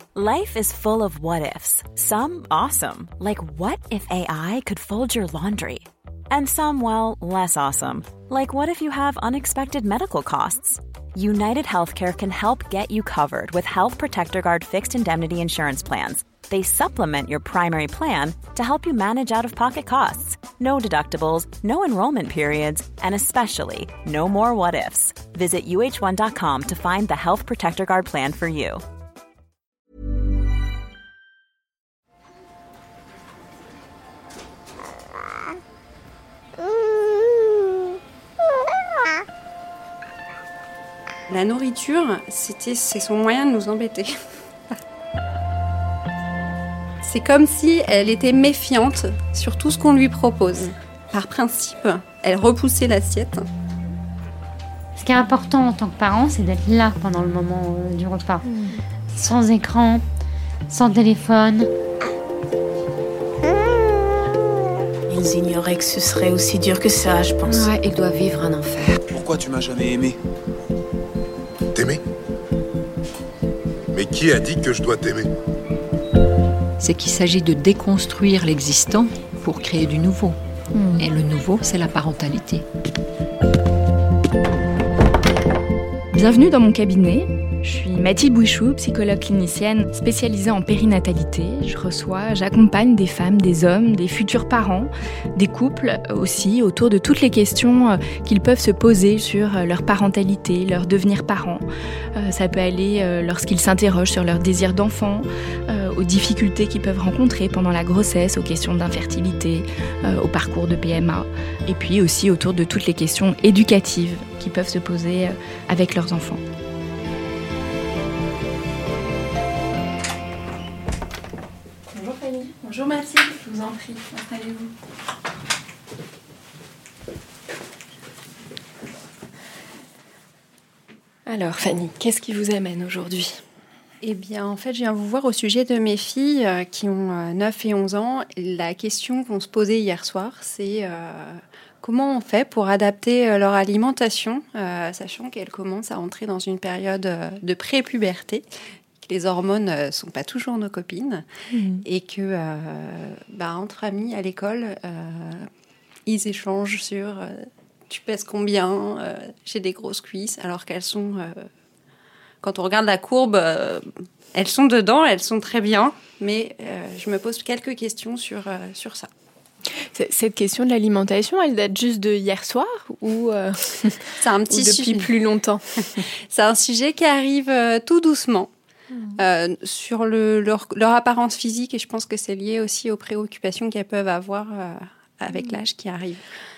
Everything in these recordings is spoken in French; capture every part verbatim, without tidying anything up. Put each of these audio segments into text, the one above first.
Life is full of what-ifs. Some awesome, like what if A I could fold your laundry? And some, well, less awesome, like what if you have unexpected medical costs? United Healthcare can help get you covered with Health Protector Guard fixed indemnity insurance plans. They supplement your primary plan to help you manage out-of-pocket costs. No deductibles, no enrollment periods, and especially no more what-ifs. Visit U H one dot com to find the Health Protector Guard plan for you. La nourriture, c'était, c'est son moyen de nous embêter. C'est comme si elle était méfiante sur tout ce qu'on lui propose. Par principe, elle repoussait l'assiette. Ce qui est important en tant que parent, c'est d'être là pendant le moment euh, du repas. Mmh. Sans écran, sans téléphone. Ils ignoraient que ce serait aussi dur que ça, je pense. Ouais, ils doivent vivre un enfer. Pourquoi tu m'as jamais aimé ? T'aimer ? Mais qui a dit que je dois t'aimer ? C'est qu'il s'agit de déconstruire l'existant pour créer du nouveau. Mmh. Et le nouveau, c'est la parentalité. Bienvenue dans mon cabinet. Je suis Mathilde Bouichou, psychologue clinicienne spécialisée en périnatalité. Je reçois, j'accompagne des femmes, des hommes, des futurs parents, des couples aussi, autour de toutes les questions qu'ils peuvent se poser sur leur parentalité, leur devenir parent. Ça peut aller lorsqu'ils s'interrogent sur leur désir d'enfant, aux difficultés qu'ils peuvent rencontrer pendant la grossesse, aux questions d'infertilité, au parcours de P M A, et puis aussi autour de toutes les questions éducatives qu'ils peuvent se poser avec leurs enfants. Bonjour Mathilde, je vous en prie, installez-vous. Alors Fanny, qu'est-ce qui vous amène aujourd'hui ? Eh bien, en fait, je viens vous voir au sujet de mes filles euh, qui ont euh, neuf et onze ans. La question qu'on se posait hier soir, c'est euh, comment on fait pour adapter euh, leur alimentation, euh, sachant qu'elles commencent à entrer dans une période euh, de pré-puberté. Les hormones ne sont pas toujours nos copines mmh. et que, euh, bah, entre amis à l'école, euh, ils échangent sur euh, tu pèses combien, euh, j'ai des grosses cuisses, alors qu'elles sont, euh, quand on regarde la courbe, euh, elles sont dedans, elles sont très bien, mais euh, je me pose quelques questions sur, euh, sur ça. Cette question de l'alimentation, elle date juste de hier soir ou, euh, c'est un petit ou depuis sujet. Plus longtemps? C'est un sujet qui arrive euh, tout doucement. Euh, sur le, leur, leur apparence physique, et je pense que c'est lié aussi aux préoccupations qu'elles peuvent avoir euh, avec l'âge qui arrive.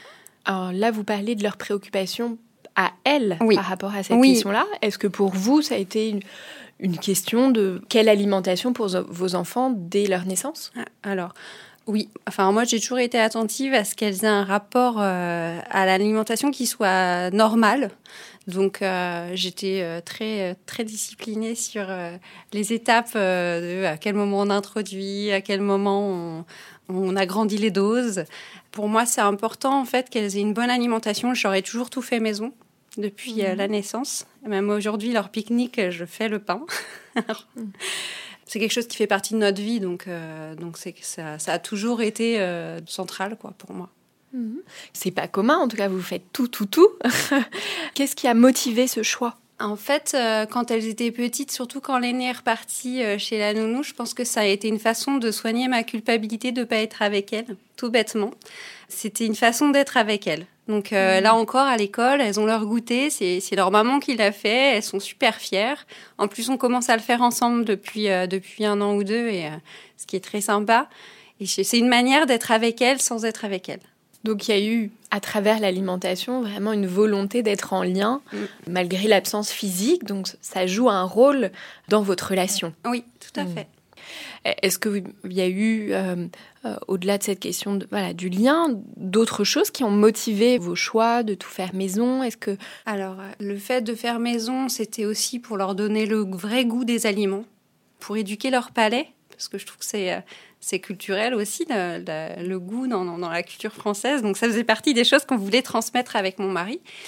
Alors là, vous parlez de leurs préoccupations à elles oui. par rapport à cette oui. question-là. Est-ce que pour vous, ça a été une, une question de quelle alimentation pour vos enfants dès leur naissance ? Alors, oui. Enfin, moi, j'ai toujours été attentive à ce qu'elles aient un rapport euh, à l'alimentation qui soit normal. Donc, euh, j'étais euh, très, très disciplinée sur euh, les étapes euh, de à quel moment on introduit, à quel moment on, on agrandit les doses. Pour moi, c'est important, en fait, qu'elles aient une bonne alimentation. J'aurais toujours tout fait maison depuis mmh. euh, la naissance. Même aujourd'hui, leur pique-nique, je fais le pain. Alors, mmh. C'est quelque chose qui fait partie de notre vie, donc, euh, donc c'est, ça, ça a toujours été euh, central, quoi, pour moi. Mmh. C'est pas commun, en tout cas, vous faites tout, tout, tout. Qu'est-ce qui a motivé ce choix ? En fait, euh, quand elles étaient petites, surtout quand l'aînée est repartie euh, chez la nounou, je pense que ça a été une façon de soigner ma culpabilité de ne pas être avec elles, tout bêtement. C'était une façon d'être avec elles. Donc euh, mmh. là encore, à l'école, elles ont leur goûter, c'est, c'est leur maman qui l'a fait, elles sont super fières. En plus, on commence à le faire ensemble depuis, euh, depuis un an ou deux, et, euh, ce qui est très sympa. Et c'est une manière d'être avec elles sans être avec elles. Donc il y a eu, à travers l'alimentation, vraiment une volonté d'être en lien, mmh. malgré l'absence physique. Donc ça joue un rôle dans votre relation. Oui, tout à mmh. fait. Est-ce qu'il y a eu, euh, euh, au-delà de cette question de, voilà, du lien, d'autres choses qui ont motivé vos choix de tout faire maison ? Est-ce que... Alors, le fait de faire maison, c'était aussi pour leur donner le vrai goût des aliments, pour éduquer leur palais, parce que je trouve que c'est... Euh, c'est culturel aussi, le, le, le goût dans, dans la culture française. Donc, ça faisait partie des choses qu'on voulait transmettre avec mon mari.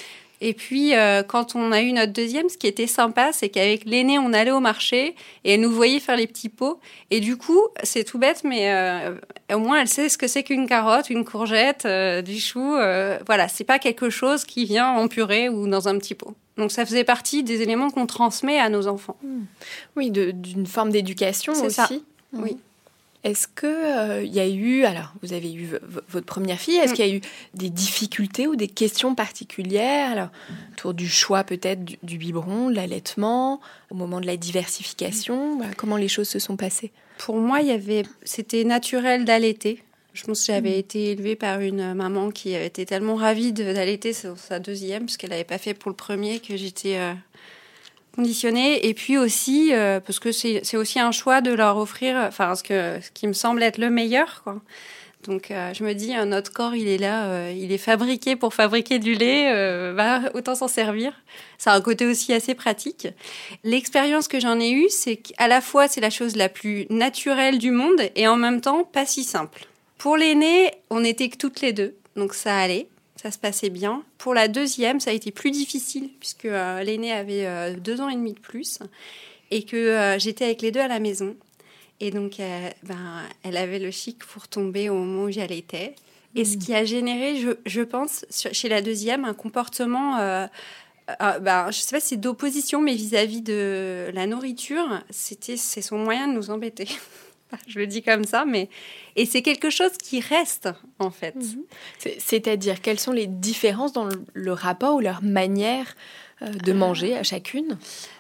Et puis, euh, quand on a eu notre deuxième, ce qui était sympa, c'est qu'avec l'aînée, on allait au marché et elle nous voyait faire les petits pots. Et du coup, c'est tout bête, mais euh, au moins, elle sait ce que c'est qu'une carotte, une courgette, euh, du chou. Euh, voilà, c'est pas quelque chose qui vient en purée ou dans un petit pot. Donc, ça faisait partie des éléments qu'on transmet à nos enfants. Mmh. Oui, de, d'une forme d'éducation c'est aussi. Ça. Mmh. Oui. Est-ce qu'il euh, y a eu, alors vous avez eu v- votre première fille, est-ce mmh. qu'il y a eu des difficultés ou des questions particulières alors, autour du choix peut-être du, du biberon, de l'allaitement, au moment de la diversification, voilà, comment les choses se sont passées? Pour moi, il y avait, c'était naturel d'allaiter. Je pense que j'avais mmh. été élevée par une maman qui était tellement ravie de, d'allaiter sur sa deuxième, parce qu'elle n'avait pas fait pour le premier, que j'étais... Euh, conditionnée. Et puis aussi, euh, parce que c'est, c'est aussi un choix de leur offrir, enfin, ce, que, ce qui me semble être le meilleur, quoi. Donc, euh, je me dis, euh, notre corps, il est là, euh, il est fabriqué pour fabriquer du lait, euh, bah, autant s'en servir. Ça a un côté aussi assez pratique. L'expérience que j'en ai eue, c'est qu'à la fois, c'est la chose la plus naturelle du monde et en même temps, pas si simple. Pour l'aîné, on n'était que toutes les deux, donc ça allait. Ça se passait bien. Pour la deuxième, ça a été plus difficile puisque euh, l'aînée avait euh, deux ans et demi de plus et que euh, j'étais avec les deux à la maison. Et donc, euh, ben, elle avait le chic pour tomber au moment où j'allaitais. Et mmh. ce qui a généré, je, je pense, sur, chez la deuxième, un comportement, euh, euh, ben, je ne sais pas si c'est d'opposition, mais vis-à-vis de la nourriture, c'était, c'est son moyen de nous embêter. Je le dis comme ça, mais... Et c'est quelque chose qui reste, en fait. Mmh. C'est, c'est-à-dire, quelles sont les différences dans le, le rapport ou leur manière euh, de manger à chacune?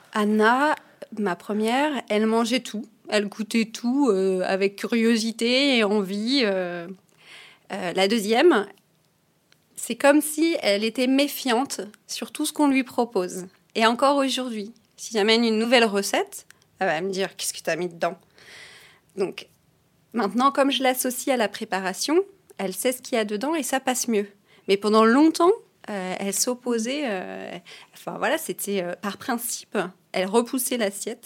Anna, ma première, elle mangeait tout. Elle goûtait tout euh, avec curiosité et envie. Euh, euh, la deuxième, c'est comme si elle était méfiante sur tout ce qu'on lui propose. Et encore aujourd'hui, si j'amène une nouvelle recette, elle va me dire « Qu'est-ce que tu as mis dedans ?» Donc, maintenant, comme je l'associe à la préparation, elle sait ce qu'il y a dedans et ça passe mieux. Mais pendant longtemps, euh, elle s'opposait... Euh, enfin, voilà, c'était euh, par principe. Elle repoussait l'assiette.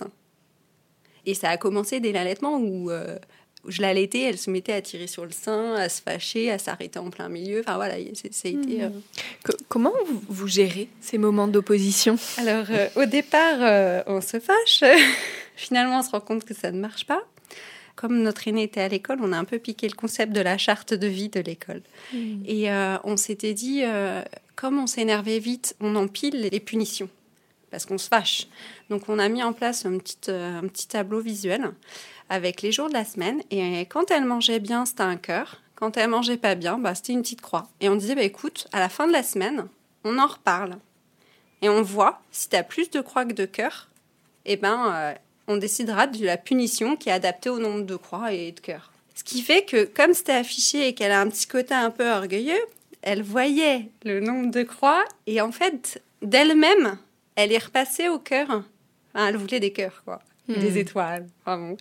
Et ça a commencé dès l'allaitement où, euh, où je l'allaitais, elle se mettait à tirer sur le sein, à se fâcher, à s'arrêter en plein milieu. Enfin, voilà, c'est, ça a été... Euh... C- comment vous, vous gérez ces moments d'opposition? Alors, euh, au départ, euh, on se fâche. Finalement, on se rend compte que ça ne marche pas. Comme notre aîné était à l'école, on a un peu piqué le concept de la charte de vie de l'école. Mmh. Et euh, on s'était dit, euh, comme on s'énervait vite, on empile les punitions, parce qu'on se fâche. Donc on a mis en place un petit, euh, un petit tableau visuel avec les jours de la semaine. Et quand elle mangeait bien, c'était un cœur. Quand elle mangeait pas bien, bah, c'était une petite croix. Et on disait, bah, écoute, à la fin de la semaine, on en reparle. Et on voit, si tu as plus de croix que de cœurs, eh ben... Euh, on décidera de la punition qui est adaptée au nombre de croix et de cœurs. Ce qui fait que, comme c'était affiché et qu'elle a un petit côté un peu orgueilleux, elle voyait le nombre de croix et en fait, d'elle-même, elle est repassée au cœur. Enfin, elle voulait des cœurs, quoi. Mmh. Des étoiles. Enfin, bon.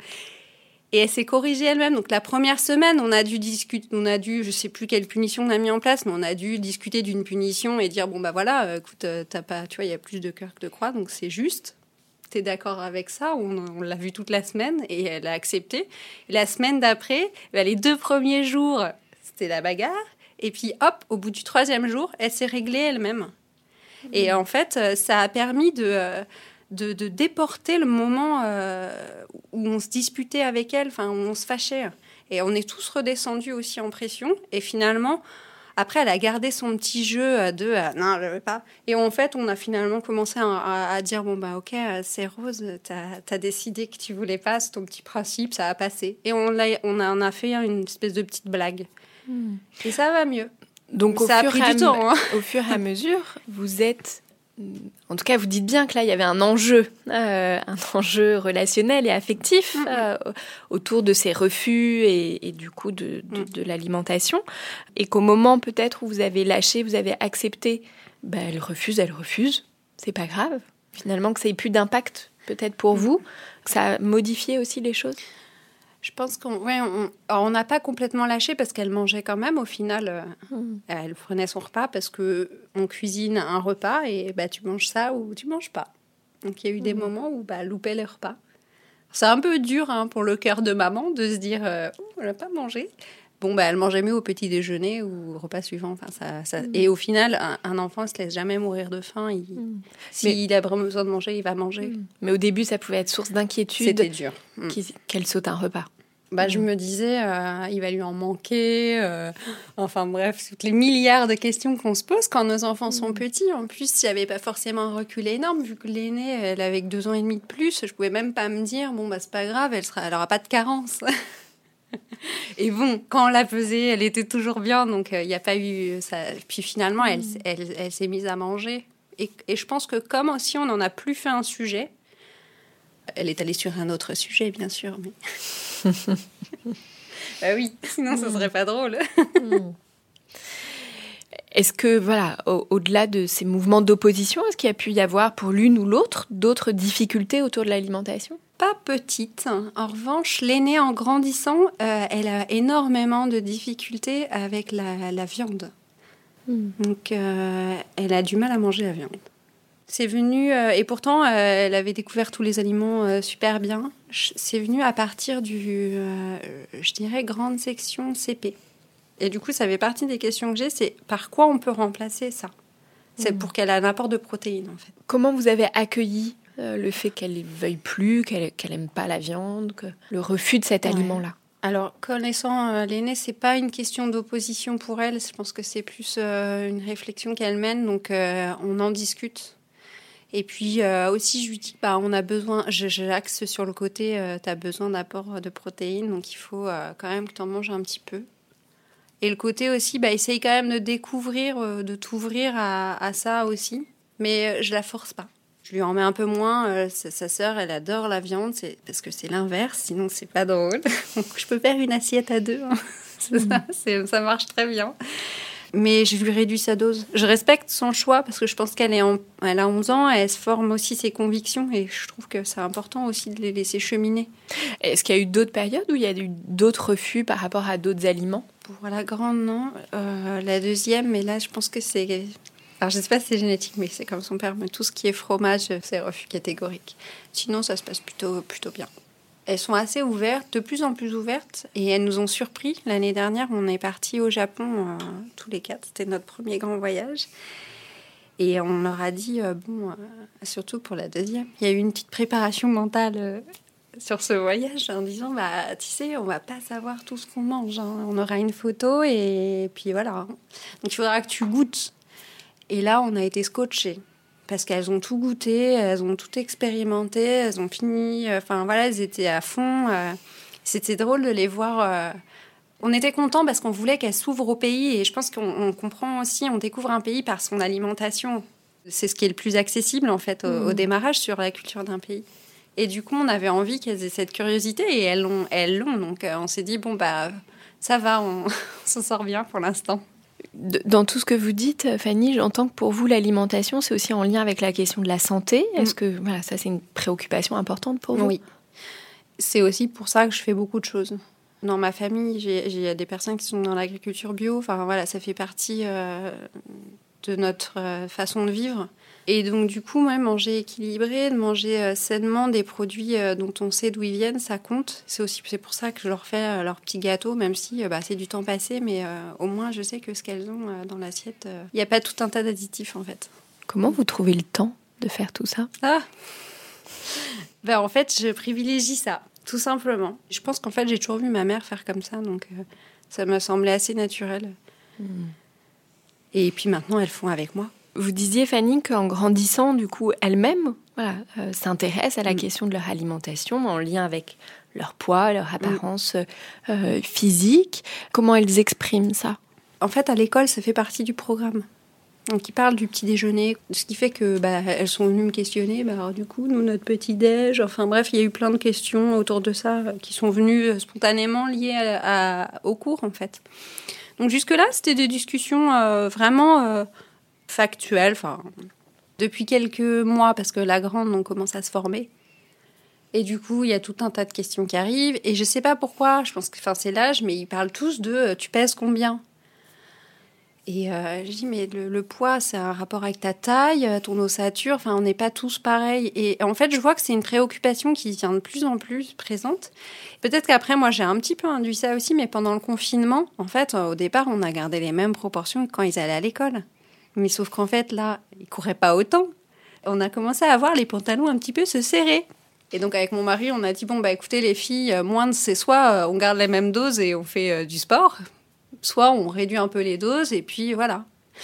Et elle s'est corrigée elle-même. Donc, la première semaine, on a dû discuter, on a dû, je sais plus quelle punition on a mis en place, mais on a dû discuter d'une punition et dire, bon, bah voilà, écoute, t'as pas, tu vois, il y a plus de cœurs que de croix, donc c'est juste. T'es d'accord avec ça? On, on l'a vu toute la semaine et elle a accepté. Et la semaine d'après, bah, les deux premiers jours, c'était la bagarre. Et puis, hop, au bout du troisième jour, elle s'est réglée elle-même. Mmh. Et en fait, ça a permis de, de, de déporter le moment euh, où on se disputait avec elle, enfin, où on se fâchait. Et on est tous redescendus aussi en pression. Et finalement... Après, elle a gardé son petit jeu de euh, « non, je ne veux pas ». Et en fait, on a finalement commencé à, à, à dire « bon, bah ok, c'est Rose, tu as décidé que tu ne voulais pas, c'est ton petit principe, ça a passé ». Et on, l'a, on, a, on a fait une espèce de petite blague. Mmh. Et ça va mieux. Donc, au ça fur, a pris du temps, hein. Au fur et à mesure, vous êtes... En tout cas, vous dites bien que là, il y avait un enjeu, euh, un enjeu relationnel et affectif mmh. euh, autour de ces refus et, et du coup de, de, mmh. de l'alimentation. Et qu'au moment peut-être où vous avez lâché, vous avez accepté, bah, elle refuse, elle refuse, c'est pas grave. Finalement, que ça ait plus d'impact peut-être pour mmh. vous, que ça a modifié aussi les choses. Je pense qu'on ouais, on n'a pas complètement lâché parce qu'elle mangeait quand même. Au final, euh, mmh. elle prenait son repas parce qu'on cuisine un repas et bah, tu manges ça ou tu manges pas. Donc, il y a eu mmh. des moments où bah, elle loupait les repas. C'est un peu dur hein, pour le cœur de maman de se dire euh, « oh, on n'a pas mangé ». Bon, bah, elle mange jamais au petit déjeuner ou au repas suivant. Enfin, ça, ça... Mmh. Et au final, un, un enfant ne se laisse jamais mourir de faim. Il... Mmh. S'il a vraiment besoin de manger, il va manger. Mmh. Mais au début, ça pouvait être source d'inquiétude. C'était dur. Mmh. Qu'elle saute un repas. Bah, mmh. Je me disais, euh, il va lui en manquer. Euh... Enfin bref, toutes les milliards de questions qu'on se pose quand nos enfants mmh. sont petits. En plus, il n'y avait pas forcément un recul énorme. Vu que l'aînée, elle avait que deux ans et demi de plus, je ne pouvais même pas me dire, bon, bah, c'est pas grave, elle sera... elle n'aura pas de carence. Et bon, quand on l'a pesée, elle était toujours bien, donc il euh, n'y a pas eu ça. Puis finalement, elle, mmh. elle, elle, elle s'est mise à manger. Et, et je pense que comme aussi on n'en a plus fait un sujet, elle est allée sur un autre sujet, bien sûr. Mais... bah oui, sinon ce serait pas drôle. mmh. Est-ce que, voilà, au- au-delà de ces mouvements d'opposition, est-ce qu'il y a pu y avoir pour l'une ou l'autre d'autres difficultés autour de l'alimentation ? Pas petite. En revanche, l'aînée, en grandissant, euh, elle a énormément de difficultés avec la, la viande. Mm. Donc, euh, elle a du mal à manger la viande. C'est venu, euh, et pourtant, euh, elle avait découvert tous les aliments euh, super bien. C'est venu à partir du, euh, je dirais, grande section C P. Et du coup, ça fait partie des questions que j'ai, c'est par quoi on peut remplacer ça ? C'est mm. pour qu'elle ait un apport de protéines, en fait. Comment vous avez accueilli Euh, le fait qu'elle ne veuille plus, qu'elle n'aime pas la viande, que le refus de cet ouais. aliment-là. Alors, connaissant euh, l'aînée, ce n'est pas une question d'opposition pour elle. Je pense que c'est plus euh, une réflexion qu'elle mène. Donc, euh, on en discute. Et puis, euh, aussi, je lui dis, bah, on a besoin... Je, je l'axe sur le côté, euh, tu as besoin d'apport de protéines. Donc, il faut euh, quand même que tu en manges un petit peu. Et le côté aussi, bah, essaye quand même de découvrir, euh, de t'ouvrir à, à ça aussi. Mais euh, je ne la force pas. Je lui en mets un peu moins. Euh, sa, sa sœur, elle adore la viande, c'est, parce que c'est l'inverse, sinon c'est pas drôle. Donc, je peux faire une assiette à deux. Hein. C'est ça, c'est, ça marche très bien. Mais je lui réduis sa dose. Je respecte son choix parce que je pense qu'elle est en, elle a onze ans, elle se forme aussi ses convictions et je trouve que c'est important aussi de les laisser cheminer. Est-ce qu'il y a eu d'autres périodes où il y a eu d'autres refus par rapport à d'autres aliments ? Pour la grande, non. Euh, la deuxième, mais là, je pense que c'est... Alors, je ne sais pas si c'est génétique, mais c'est comme son père. Mais tout ce qui est fromage, c'est refus catégorique. Sinon, ça se passe plutôt, plutôt bien. Elles sont assez ouvertes, de plus en plus ouvertes. Et elles nous ont surpris. L'année dernière, on est partis au Japon, euh, tous les quatre. C'était notre premier grand voyage. Et on leur a dit, euh, bon, euh, surtout pour la deuxième, il y a eu une petite préparation mentale euh, sur ce voyage en disant, bah, tu sais, on ne va pas savoir tout ce qu'on mange. Hein. On aura une photo et puis voilà. Donc, il faudra que tu goûtes. Et là, on a été scotchés parce qu'elles ont tout goûté, elles ont tout expérimenté, elles ont fini... Enfin, voilà, elles étaient à fond. Euh, c'était drôle de les voir... Euh, on était contents parce qu'on voulait qu'elles s'ouvrent au pays. Et je pense qu'on on comprend aussi, on découvre un pays par son alimentation. C'est ce qui est le plus accessible, en fait, au, mmh. au démarrage sur la culture d'un pays. Et du coup, on avait envie qu'elles aient cette curiosité et elles l'ont. Elles l'ont donc, euh, on s'est dit, bon, bah, ça va, on, on s'en sort bien pour l'instant. Dans tout ce que vous dites, Fanny, j'entends que pour vous, l'alimentation, c'est aussi en lien avec la question de la santé. Est-ce que voilà, ça, c'est une préoccupation importante pour vous ? Oui. C'est aussi pour ça que je fais beaucoup de choses. Dans ma famille, j'ai, j'ai des personnes qui sont dans l'agriculture bio. Enfin, voilà, ça fait partie euh, de notre euh, façon de vivre. Et donc, du coup, ouais, manger équilibré, de manger euh, sainement des produits euh, dont on sait d'où ils viennent, ça compte. C'est aussi c'est pour ça que je leur fais euh, leurs petits gâteaux, même si euh, bah, c'est du temps passé, mais euh, au moins, je sais que ce qu'elles ont euh, dans l'assiette, il euh, n'y a pas tout un tas d'additifs, en fait. Comment vous trouvez le temps de faire tout ça ? Ah ben, en fait, je privilégie ça, tout simplement. Je pense qu'en fait, j'ai toujours vu ma mère faire comme ça, donc euh, ça me semblait assez naturel. Mmh. Et puis maintenant, elles font avec moi. Vous disiez, Fanny, qu'en grandissant, du coup, elles-mêmes voilà, euh, s'intéressent à la mmh. question de leur alimentation en lien avec leur poids, leur apparence mmh. euh, physique. Comment elles expriment ça ? En fait, à l'école, ça fait partie du programme. Donc, ils parlent du petit déjeuner, ce qui fait que bah, elles sont venues me questionner. Bah, alors, du coup, nous, notre petit déj. Enfin bref, il y a eu plein de questions autour de ça qui sont venues spontanément liées à, à, au cours, en fait. Donc, jusque-là, c'était des discussions euh, vraiment... Euh, factuelle, enfin, depuis quelques mois, parce que la grande, on commence à se former. Et du coup, il y a tout un tas de questions qui arrivent. Et je ne sais pas pourquoi, je pense que c'est l'âge, mais ils parlent tous de euh, « tu pèses combien ?» Et euh, je dis, mais le, le poids, c'est un rapport avec ta taille, ton ossature, enfin, on n'est pas tous pareils. Et en fait, je vois que c'est une préoccupation qui vient de plus en plus présente. Peut-être qu'après, moi, j'ai un petit peu induit ça aussi, mais pendant le confinement, en fait, au départ, on a gardé les mêmes proportions que quand ils allaient à l'école. Mais sauf qu'en fait, là, ils couraient pas autant. On a commencé à voir les pantalons un petit peu se serrer. Et donc, avec mon mari, on a dit, bon, bah écoutez, les filles, moins de c'est soit on garde les mêmes doses et on fait euh, du sport, soit on réduit un peu les doses et puis voilà.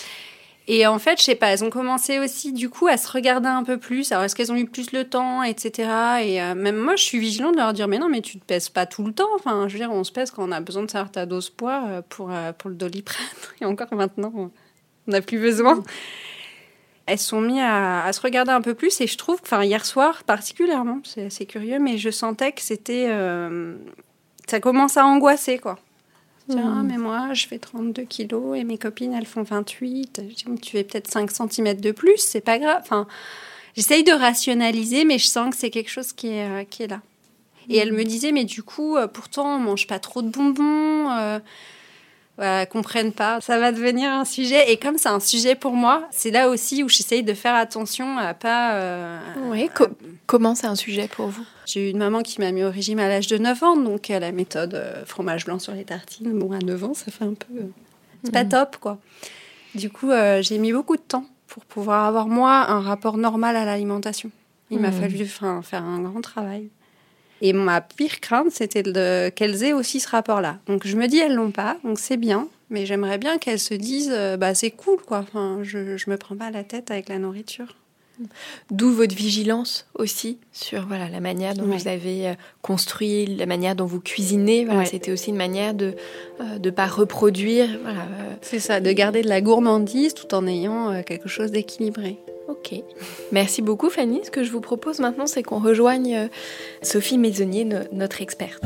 Et en fait, je sais pas, elles ont commencé aussi du coup à se regarder un peu plus. Alors, est-ce qu'elles ont eu plus le temps, et cetera. Et euh, même moi, je suis vigilante de leur dire, mais non, mais tu te pèses pas tout le temps. Enfin, je veux dire, on se pèse quand on a besoin de savoir ta dose poids pour, euh, pour le Doliprane. Et encore maintenant, on n'a plus besoin. Elles se sont mises à, à se regarder un peu plus. Et je trouve, enfin, hier soir particulièrement, c'est assez curieux, mais je sentais que c'était... Euh, ça commence à angoisser, quoi. Tiens, mais moi, je fais trente-deux kilos et mes copines, elles font vingt-huit. Je dis, tu fais peut-être cinq centimètres de plus, c'est pas grave. Enfin, j'essaye de rationaliser, mais je sens que c'est quelque chose qui est, euh, qui est là. Et elle me disait, mais du coup, euh, pourtant, on mange pas trop de bonbons, euh, euh, comprennent pas. Ça va devenir un sujet. Et comme c'est un sujet pour moi, c'est là aussi où j'essaye de faire attention à pas... Euh, oui, co- à... comment c'est un sujet pour vous ? J'ai eu une maman qui m'a mis au régime à l'âge de neuf ans, donc euh, la méthode euh, fromage blanc sur les tartines. Bon, à neuf ans, ça fait un peu... Euh, c'est mmh. pas top, quoi. Du coup, euh, j'ai mis beaucoup de temps pour pouvoir avoir, moi, un rapport normal à l'alimentation. Il mmh. m'a fallu enfin, faire un grand travail. Et ma pire crainte, c'était de, qu'elles aient aussi ce rapport-là. Donc, je me dis, elles l'ont pas, donc c'est bien. Mais j'aimerais bien qu'elles se disent, euh, bah, c'est cool, quoi. Enfin, je, je me prends pas la tête avec la nourriture. D'où votre vigilance aussi sur voilà, la manière dont ouais. vous avez construit, la manière dont vous cuisinez. Voilà, ouais. C'était aussi une manière de ne euh, pas reproduire. Voilà, euh, c'est ça, de garder de la gourmandise tout en ayant euh, quelque chose d'équilibré. Ok. Merci beaucoup, Fanny. Ce que je vous propose maintenant, c'est qu'on rejoigne euh, Sophie Maisonnier, no- notre experte.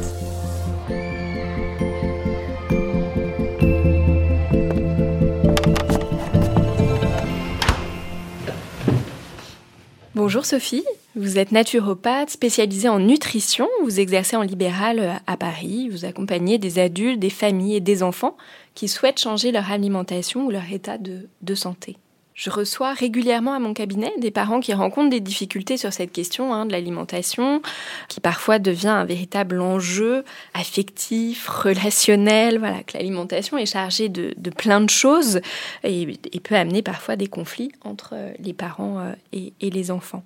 Bonjour Sophie, vous êtes naturopathe spécialisée en nutrition, vous exercez en libéral à Paris, vous accompagnez des adultes, des familles et des enfants qui souhaitent changer leur alimentation ou leur état de, de santé. Je reçois régulièrement à mon cabinet des parents qui rencontrent des difficultés sur cette question hein, de l'alimentation, qui parfois devient un véritable enjeu affectif, relationnel, voilà, que l'alimentation est chargée de, de plein de choses et, et peut amener parfois des conflits entre les parents et, et les enfants.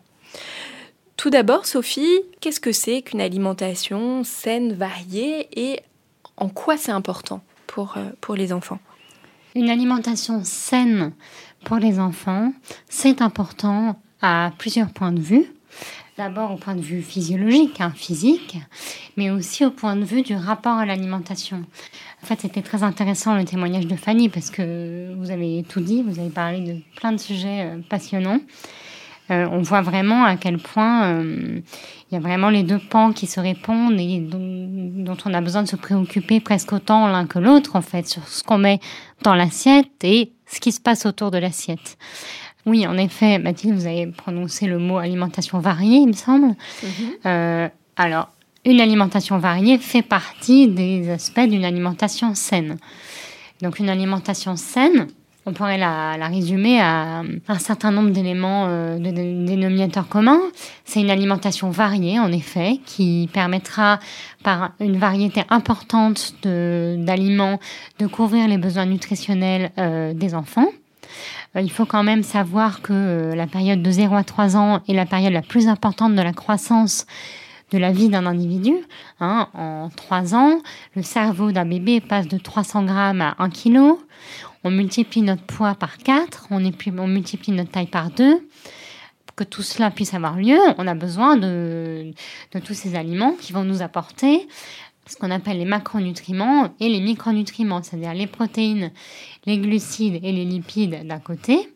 Tout d'abord, Sophie, qu'est-ce que c'est qu'une alimentation saine, variée et en quoi c'est important pour, pour les enfants ? Une alimentation saine pour les enfants, c'est important à plusieurs points de vue. D'abord au point de vue physiologique, hein, physique, mais aussi au point de vue du rapport à l'alimentation. En fait, c'était très intéressant le témoignage de Fanny parce que vous avez tout dit, vous avez parlé de plein de sujets euh, passionnants. Euh, on voit vraiment à quel point euh, il y a vraiment les deux pans qui se répondent et dont, dont on a besoin de se préoccuper presque autant l'un que l'autre, en fait, sur ce qu'on met dans l'assiette et ce qui se passe autour de l'assiette. Oui, en effet, Mathilde, vous avez prononcé le mot alimentation variée, il me semble. Mm-hmm. Euh, alors, une alimentation variée fait partie des aspects d'une alimentation saine. Donc, une alimentation saine, on pourrait la, la résumer à un certain nombre d'éléments, euh, de, de dénominateurs communs. C'est une alimentation variée, en effet, qui permettra, par une variété importante de, d'aliments, de couvrir les besoins nutritionnels euh, des enfants. Euh, il faut quand même savoir que euh, la période de zéro à trois ans est la période la plus importante de la croissance de la vie d'un individu. Hein. En trois ans, le cerveau d'un bébé passe de trois cents grammes à un kilo. On multiplie notre poids par quatre, on, est, on multiplie notre taille par deux. Pour que tout cela puisse avoir lieu, on a besoin de, de tous ces aliments qui vont nous apporter ce qu'on appelle les macronutriments et les micronutriments, c'est-à-dire les protéines, les glucides et les lipides d'un côté,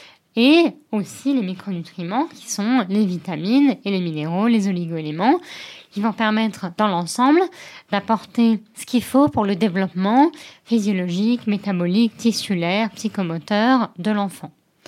et aussi les micronutriments qui sont les vitamines et les minéraux, les oligo-éléments, qui vont permettre dans l'ensemble d'apporter ce qu'il faut pour le développement physiologique, métabolique, tissulaire, psychomoteur de l'enfant.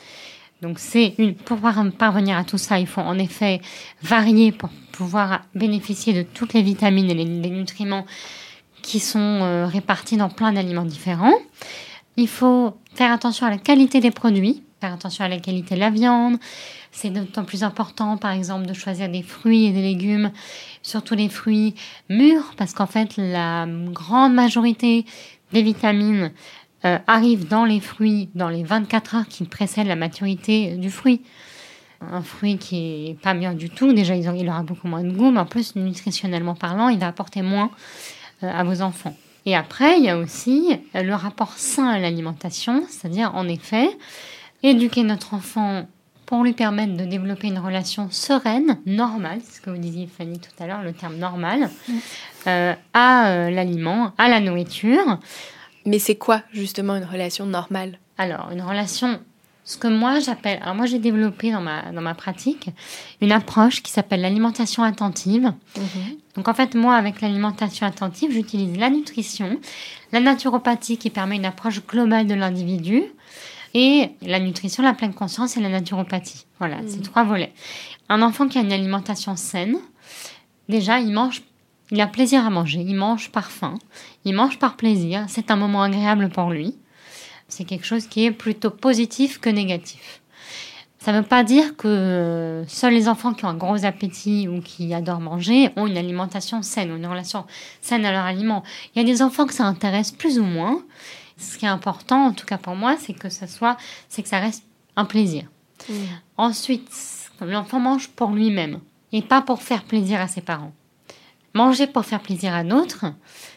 Donc c'est une, pour parvenir à tout ça, il faut en effet varier pour pouvoir bénéficier de toutes les vitamines et les, les nutriments qui sont euh, répartis dans plein d'aliments différents. Il faut faire attention à la qualité des produits, faire attention à la qualité de la viande. C'est d'autant plus important, par exemple, de choisir des fruits et des légumes, surtout les fruits mûrs, parce qu'en fait, la grande majorité des vitamines euh, arrivent dans les fruits dans les vingt-quatre heures qui précèdent la maturité du fruit. Un fruit qui n'est pas mûr du tout, déjà, il aura beaucoup moins de goût, mais en plus, nutritionnellement parlant, il va apporter moins euh, à vos enfants. Et après, il y a aussi le rapport sain à l'alimentation, c'est-à-dire, en effet, éduquer notre enfant pour lui permettre de développer une relation sereine, normale, c'est ce que vous disiez, Fanny, tout à l'heure, le terme normal, euh, à euh, l'aliment, à la nourriture. Mais c'est quoi, justement, une relation normale ? Alors, une relation, ce que moi j'appelle... Alors, moi, j'ai développé dans ma, dans ma pratique une approche qui s'appelle l'alimentation attentive. Mmh. Donc, en fait, moi, avec l'alimentation attentive, j'utilise la nutrition, la naturopathie qui permet une approche globale de l'individu, et la nutrition, la pleine conscience et la naturopathie. Voilà, mmh. c'est trois volets. Un enfant qui a une alimentation saine, déjà, il mange, il a plaisir à manger. Il mange par faim, il mange par plaisir. C'est un moment agréable pour lui. C'est quelque chose qui est plutôt positif que négatif. Ça ne veut pas dire que seuls les enfants qui ont un gros appétit ou qui adorent manger ont une alimentation saine ou une relation saine à leur aliment. Il y a des enfants que ça intéresse plus ou moins. Ce qui est important, en tout cas pour moi, c'est que ça soit, c'est que ça reste un plaisir. Mmh. Ensuite, l'enfant mange pour lui-même et pas pour faire plaisir à ses parents. Manger pour faire plaisir à d'autres,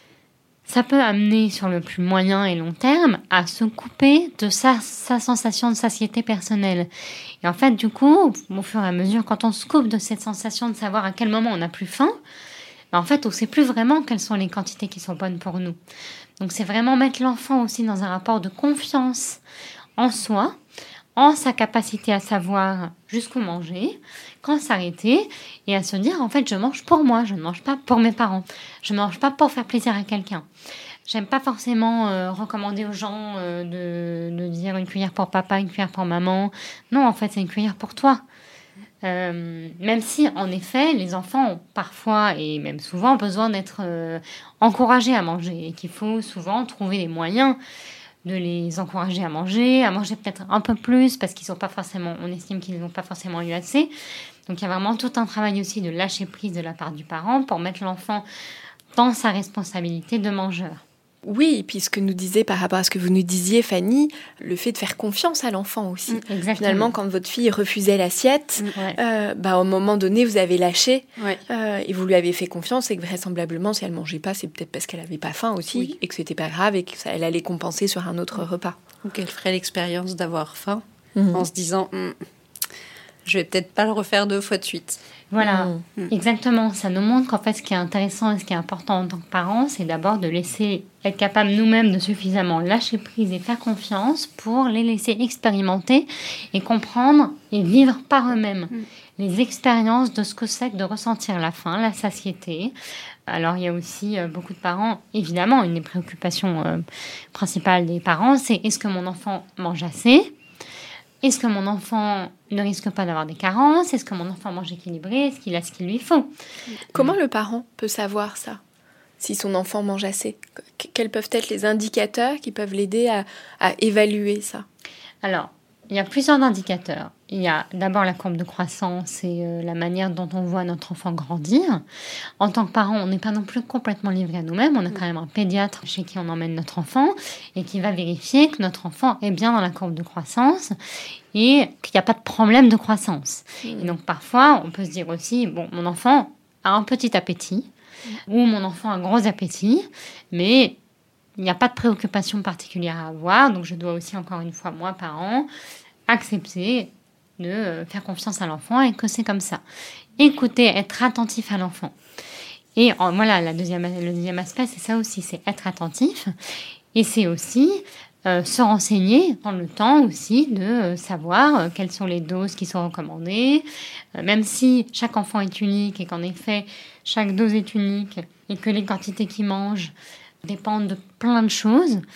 ça peut amener sur le plus moyen et long terme à se couper de sa, sa sensation de satiété personnelle. Et en fait, du coup, au fur et à mesure, quand on se coupe de cette sensation de savoir à quel moment on n'a plus faim, ben en fait, on ne sait plus vraiment quelles sont les quantités qui sont bonnes pour nous. Donc, c'est vraiment mettre l'enfant aussi dans un rapport de confiance en soi, en sa capacité à savoir jusqu'où manger, quand s'arrêter, et à se dire, en fait, je mange pour moi, je ne mange pas pour mes parents. Je ne mange pas pour faire plaisir à quelqu'un. J'aime pas forcément euh, recommander aux gens euh, de, de dire une cuillère pour papa, une cuillère pour maman. Non, en fait, c'est une cuillère pour toi. Euh, même si, en effet, les enfants ont parfois et même souvent besoin d'être euh, encouragés à manger et qu'il faut souvent trouver les moyens de les encourager à manger, à manger peut-être un peu plus parce qu'ils ont pas forcément, on estime qu'ils n'ont pas forcément eu assez. Donc, il y a vraiment tout un travail aussi de lâcher prise de la part du parent pour mettre l'enfant dans sa responsabilité de mangeur. Oui, puis ce que nous disait par rapport à ce que vous nous disiez, Fanny, le fait de faire confiance à l'enfant aussi. Exactement. Finalement, quand votre fille refusait l'assiette, ouais. euh, bah, à un moment donné, vous avez lâché ouais. euh, et vous lui avez fait confiance et que vraisemblablement, si elle ne mangeait pas, c'est peut-être parce qu'elle n'avait pas faim aussi oui. et que c'était pas grave et qu'elle allait compenser sur un autre repas. Ou qu'elle ferait l'expérience d'avoir faim mmh. en se disant mmh, « je vais peut-être pas le refaire deux fois de suite ». Voilà, mmh. exactement. Ça nous montre qu'en fait, ce qui est intéressant et ce qui est important en tant que parents, c'est d'abord de laisser être capable nous-mêmes de suffisamment lâcher prise et faire confiance pour les laisser expérimenter et comprendre et vivre par eux-mêmes mmh. les expériences de ce que c'est que de ressentir la faim, la satiété. Alors, il y a aussi euh, beaucoup de parents, évidemment, une des préoccupations euh, principales des parents, c'est est-ce que mon enfant mange assez ? Est-ce que mon enfant ne risque pas d'avoir des carences ? Est-ce que mon enfant mange équilibré ? Est-ce qu'il a ce qu'il lui faut ? Comment le parent peut savoir ça ? Si son enfant mange assez ? Quels peuvent être les indicateurs qui peuvent l'aider à, à évaluer ça ? Alors, il y a plusieurs indicateurs. Il y a d'abord la courbe de croissance et euh, la manière dont on voit notre enfant grandir. En tant que parent, on n'est pas non plus complètement livré à nous-mêmes. On a quand même un pédiatre chez qui on emmène notre enfant et qui va vérifier que notre enfant est bien dans la courbe de croissance et qu'il n'y a pas de problème de croissance. Mmh. Et donc parfois, on peut se dire aussi, bon, mon enfant a un petit appétit mmh. ou mon enfant a un gros appétit, mais il n'y a pas de préoccupation particulière à avoir. Donc je dois aussi, encore une fois, moi, parent, accepter de faire confiance à l'enfant et que c'est comme ça. Écouter, être attentif à l'enfant. Et en, voilà, la deuxième, le deuxième aspect, c'est ça aussi, c'est être attentif. Et c'est aussi euh, se renseigner, prendre le temps aussi de euh, savoir euh, quelles sont les doses qui sont recommandées. Euh, même si chaque enfant est unique et qu'en effet, chaque dose est unique et que les quantités qu'il mange dépendent de plein de choses,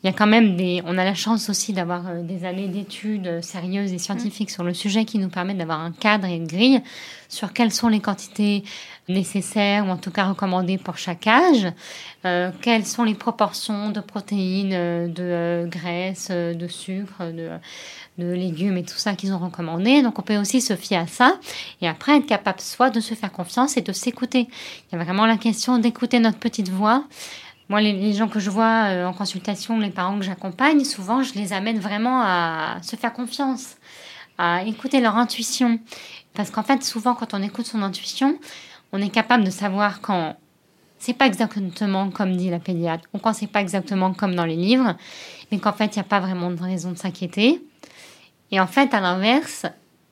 il y a quand même des... On a la chance aussi d'avoir euh, des années d'études sérieuses et scientifiques mmh. sur le sujet qui nous permettent d'avoir un cadre et une grille sur quelles sont les quantités nécessaires ou en tout cas recommandées pour chaque âge, euh, quelles sont les proportions de protéines, de euh, graisses, de sucre, de, de légumes et tout ça qu'ils ont recommandé. Donc on peut aussi se fier à ça et après être capable soit de se faire confiance et de s'écouter. Il y a vraiment la question d'écouter notre petite voix. Moi, les, les gens que je vois euh, en consultation, les parents que j'accompagne, souvent, je les amène vraiment à se faire confiance, à écouter leur intuition. Parce qu'en fait, souvent, quand on écoute son intuition, on est capable de savoir quand c'est pas exactement comme dit la pédiatre ou quand c'est pas exactement comme dans les livres, mais qu'en fait, il n'y a pas vraiment de raison de s'inquiéter. Et en fait, à l'inverse,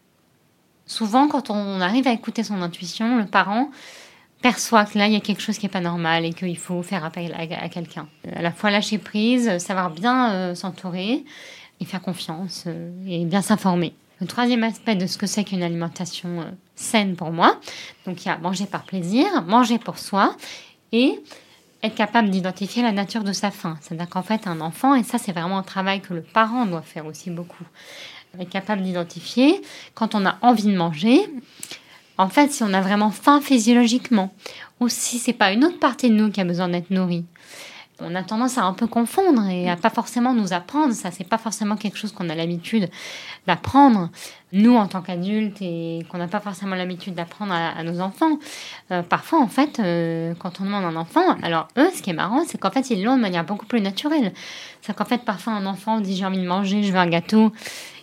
souvent, quand on arrive à écouter son intuition, le parent perçoit que là, il y a quelque chose qui n'est pas normal et qu'il faut faire appel à, à quelqu'un. À la fois lâcher prise, savoir bien euh, s'entourer et faire confiance euh, et bien s'informer. Le troisième aspect de ce que c'est qu'une alimentation euh, saine pour moi, donc il y a manger par plaisir, manger pour soi et être capable d'identifier la nature de sa faim. C'est-à-dire qu'en fait, un enfant, et ça c'est vraiment un travail que le parent doit faire aussi beaucoup, être capable d'identifier quand on a envie de manger. En fait, si on a vraiment faim physiologiquement, ou si c'est pas une autre partie de nous qui a besoin d'être nourrie, on a tendance à un peu confondre et à pas forcément nous apprendre. Ça, c'est pas forcément quelque chose qu'on a l'habitude d'apprendre, nous, en tant qu'adultes, et qu'on n'a pas forcément l'habitude d'apprendre à, à nos enfants. Euh, parfois, en fait, euh, quand on demande un enfant, alors eux, ce qui est marrant, c'est qu'en fait, ils l'ont de manière beaucoup plus naturelle. C'est qu'en fait, parfois, un enfant dit « j'ai envie de manger, je veux un gâteau »,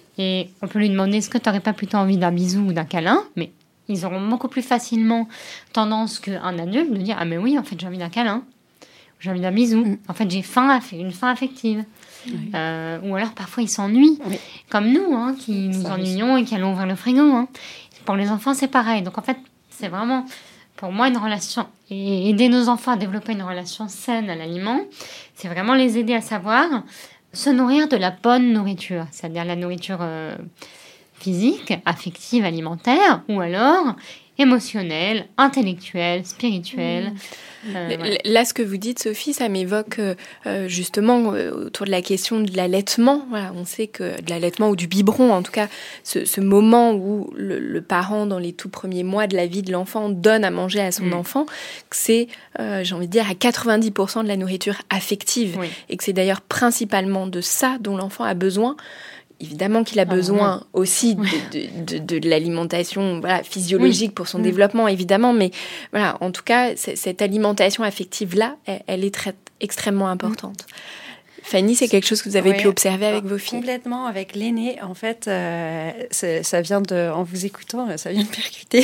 et on peut lui demander « est-ce que tu n'aurais pas plutôt envie d'un bisou ou d'un câlin ?» Mais ils auront beaucoup plus facilement tendance qu'un adulte de dire « ah mais oui, en fait, j'ai envie d'un câlin, j'ai envie d'un bisou, mmh. en fait, j'ai faim, une faim affective. Oui. Euh, » Ou alors, parfois, ils s'ennuient, oui. comme nous, hein, qui nous Ça ennuyions et qui allons ouvrir le frigo. Hein. Pour les enfants, c'est pareil. Donc, en fait, c'est vraiment, pour moi, une relation. Et aider nos enfants à développer une relation saine à l'aliment, c'est vraiment les aider à savoir se nourrir de la bonne nourriture, c'est-à-dire la nourriture... Euh, physique, affective, alimentaire, ou alors émotionnelle, intellectuelle, spirituelle. Mmh. Euh, voilà. Là, ce que vous dites, Sophie, ça m'évoque euh, justement euh, autour de la question de l'allaitement. Voilà, on sait que de l'allaitement ou du biberon, en tout cas, ce, ce moment où le, le parent, dans les tout premiers mois de la vie de l'enfant, donne à manger à son mmh. enfant, que c'est, euh, j'ai envie de dire, à quatre-vingt-dix pour cent de la nourriture affective. Oui. Et que c'est d'ailleurs principalement de ça dont l'enfant a besoin. Évidemment qu'il a besoin ah, aussi de, de, de, de l'alimentation voilà, physiologique oui. pour son mmh. développement, évidemment. Mais voilà, en tout cas, cette alimentation affective-là, elle, elle est très, extrêmement importante. Mmh. Fanny, c'est quelque chose que vous avez oui, pu observer avec vos filles? Complètement, avec l'aînée. En fait, euh, ça vient de... En vous écoutant, ça vient de percuter.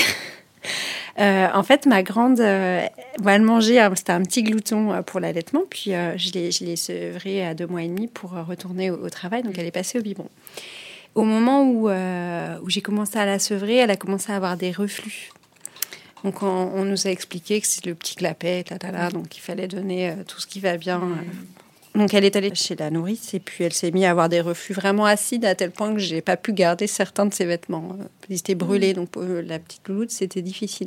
Euh, en fait, ma grande, euh, elle mangeait, hein, c'était un petit glouton pour l'allaitement, puis euh, je l'ai, je l'ai sevrée à deux mois et demi pour retourner au, au travail, donc elle est passée au biberon. Au moment où, euh, où j'ai commencé à la sevrer, elle a commencé à avoir des reflux. Donc on, on nous a expliqué que c'est le petit clapet, tatala, donc il fallait donner euh, tout ce qui va bien. Euh. Donc elle est allée chez la nourrice et puis elle s'est mise à avoir des reflux vraiment acides à tel point que j'ai pas pu garder certains de ses vêtements. Ils étaient brûlés, donc pour la petite louloute, c'était difficile.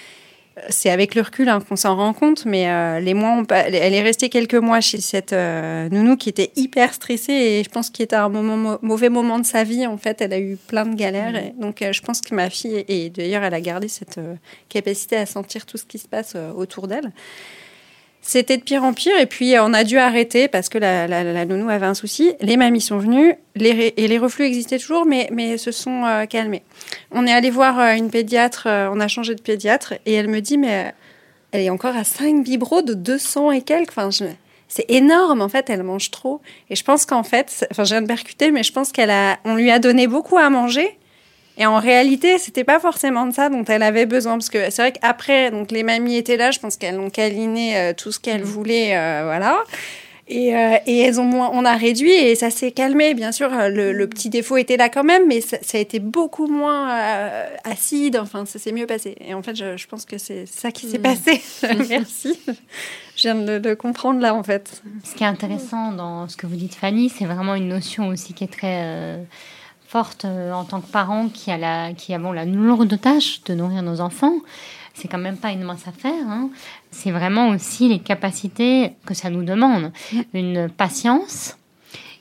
C'est avec le recul hein, qu'on s'en rend compte, mais euh, les mois ont pas... elle est restée quelques mois chez cette euh, nounou qui était hyper stressée et je pense qu'il était à un moment, mauvais moment de sa vie. En fait, elle a eu plein de galères. Mmh. Et donc euh, je pense que ma fille, et d'ailleurs elle a gardé cette euh, capacité à sentir tout ce qui se passe euh, autour d'elle. C'était de pire en pire, et puis on a dû arrêter parce que la, la, la nounou avait un souci. Les mamies sont venues, les, et les reflux existaient toujours, mais, mais se sont euh, calmés. On est allé voir euh, une pédiatre, euh, on a changé de pédiatre, et elle me dit, mais euh, elle est encore à cinq biberons de deux cents et quelques. Enfin, je, c'est énorme, en fait, elle mange trop. Et je pense qu'en fait, enfin, je viens de percuter, mais je pense qu'elle a, on lui a donné beaucoup à manger. Et en réalité, c'était pas forcément de ça dont elle avait besoin. Parce que c'est vrai qu'après, donc, les mamies étaient là, je pense qu'elles ont câliné euh, tout ce qu'elles voulaient, euh, voilà. Et, euh, et elles ont, on a réduit et ça s'est calmé. Bien sûr, le, le petit défaut était là quand même, mais ça, ça a été beaucoup moins euh, acide. Enfin, ça s'est mieux passé. Et en fait, je, je pense que c'est ça qui s'est mmh. passé. Merci. Je viens de le comprendre là, en fait. Ce qui est intéressant dans ce que vous dites, Fanny, c'est vraiment une notion aussi qui est très... Euh... forte euh, en tant que parents qui, a la, qui avons la lourde tâche de nourrir nos enfants. C'est quand même pas une mince affaire. Hein. C'est vraiment aussi les capacités que ça nous demande. Une patience,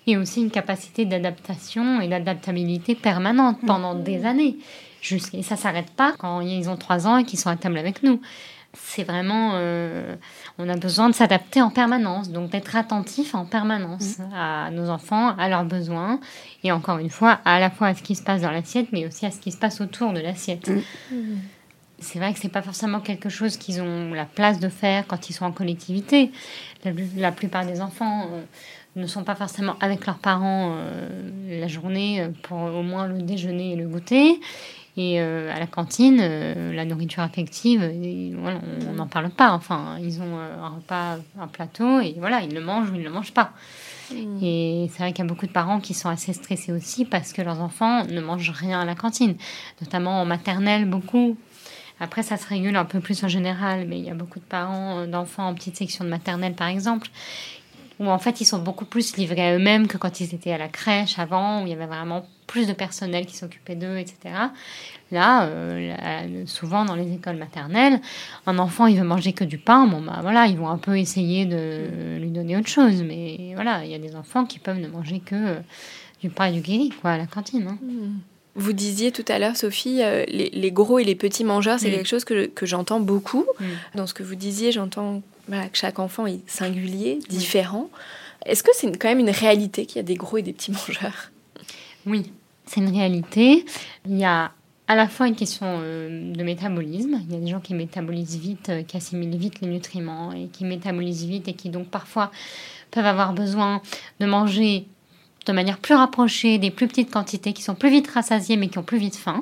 et aussi une capacité d'adaptation et d'adaptabilité permanente pendant mmh. des années. Jusqu'à, et ça ne s'arrête pas quand ils ont trois ans et qu'ils sont à table avec nous. C'est vraiment... Euh, on a besoin de s'adapter en permanence, donc d'être attentif en permanence mmh. à nos enfants, à leurs besoins, et encore une fois, à la fois à ce qui se passe dans l'assiette, mais aussi à ce qui se passe autour de l'assiette. Mmh. C'est vrai que ce n'est pas forcément quelque chose qu'ils ont la place de faire quand ils sont en collectivité. La, la plupart des enfants euh, ne sont pas forcément avec leurs parents euh, la journée pour au moins le déjeuner et le goûter. Et euh, à la cantine, euh, la nourriture affective, et, voilà, on n'en parle pas. Enfin, ils ont euh, un repas, un plateau, et voilà, ils le mangent ou ils ne le mangent pas. Mmh. Et c'est vrai qu'il y a beaucoup de parents qui sont assez stressés aussi parce que leurs enfants ne mangent rien à la cantine. Notamment en maternelle, beaucoup. Après, ça se régule un peu plus en général, mais il y a beaucoup de parents d'enfants en petite section de maternelle, par exemple, où en fait, ils sont beaucoup plus livrés à eux-mêmes que quand ils étaient à la crèche avant, où il y avait vraiment plus de personnel qui s'occupait d'eux, et cetera. Là, euh, là, souvent dans les écoles maternelles, un enfant, il veut manger que du pain. Bon, bah voilà, ils vont un peu essayer de lui donner autre chose. Mais voilà, il y a des enfants qui peuvent ne manger que euh, du pain et du guéri, quoi, à la cantine. Hein. Mmh. Vous disiez tout à l'heure, Sophie, euh, les, les gros et les petits mangeurs, c'est mmh. quelque chose que, que j'entends beaucoup. Mmh. Dans ce que vous disiez, j'entends voilà, que chaque enfant est singulier, différent. Mmh. Est-ce que c'est une, quand même une réalité qu'il y a des gros et des petits mangeurs ? Oui, c'est une réalité. Il y a à la fois une question euh, de métabolisme. Il y a des gens qui métabolisent vite, euh, qui assimilent vite les nutriments et qui métabolisent vite et qui donc parfois peuvent avoir besoin de manger de manière plus rapprochée, des plus petites quantités, qui sont plus vite rassasiées mais qui ont plus vite faim,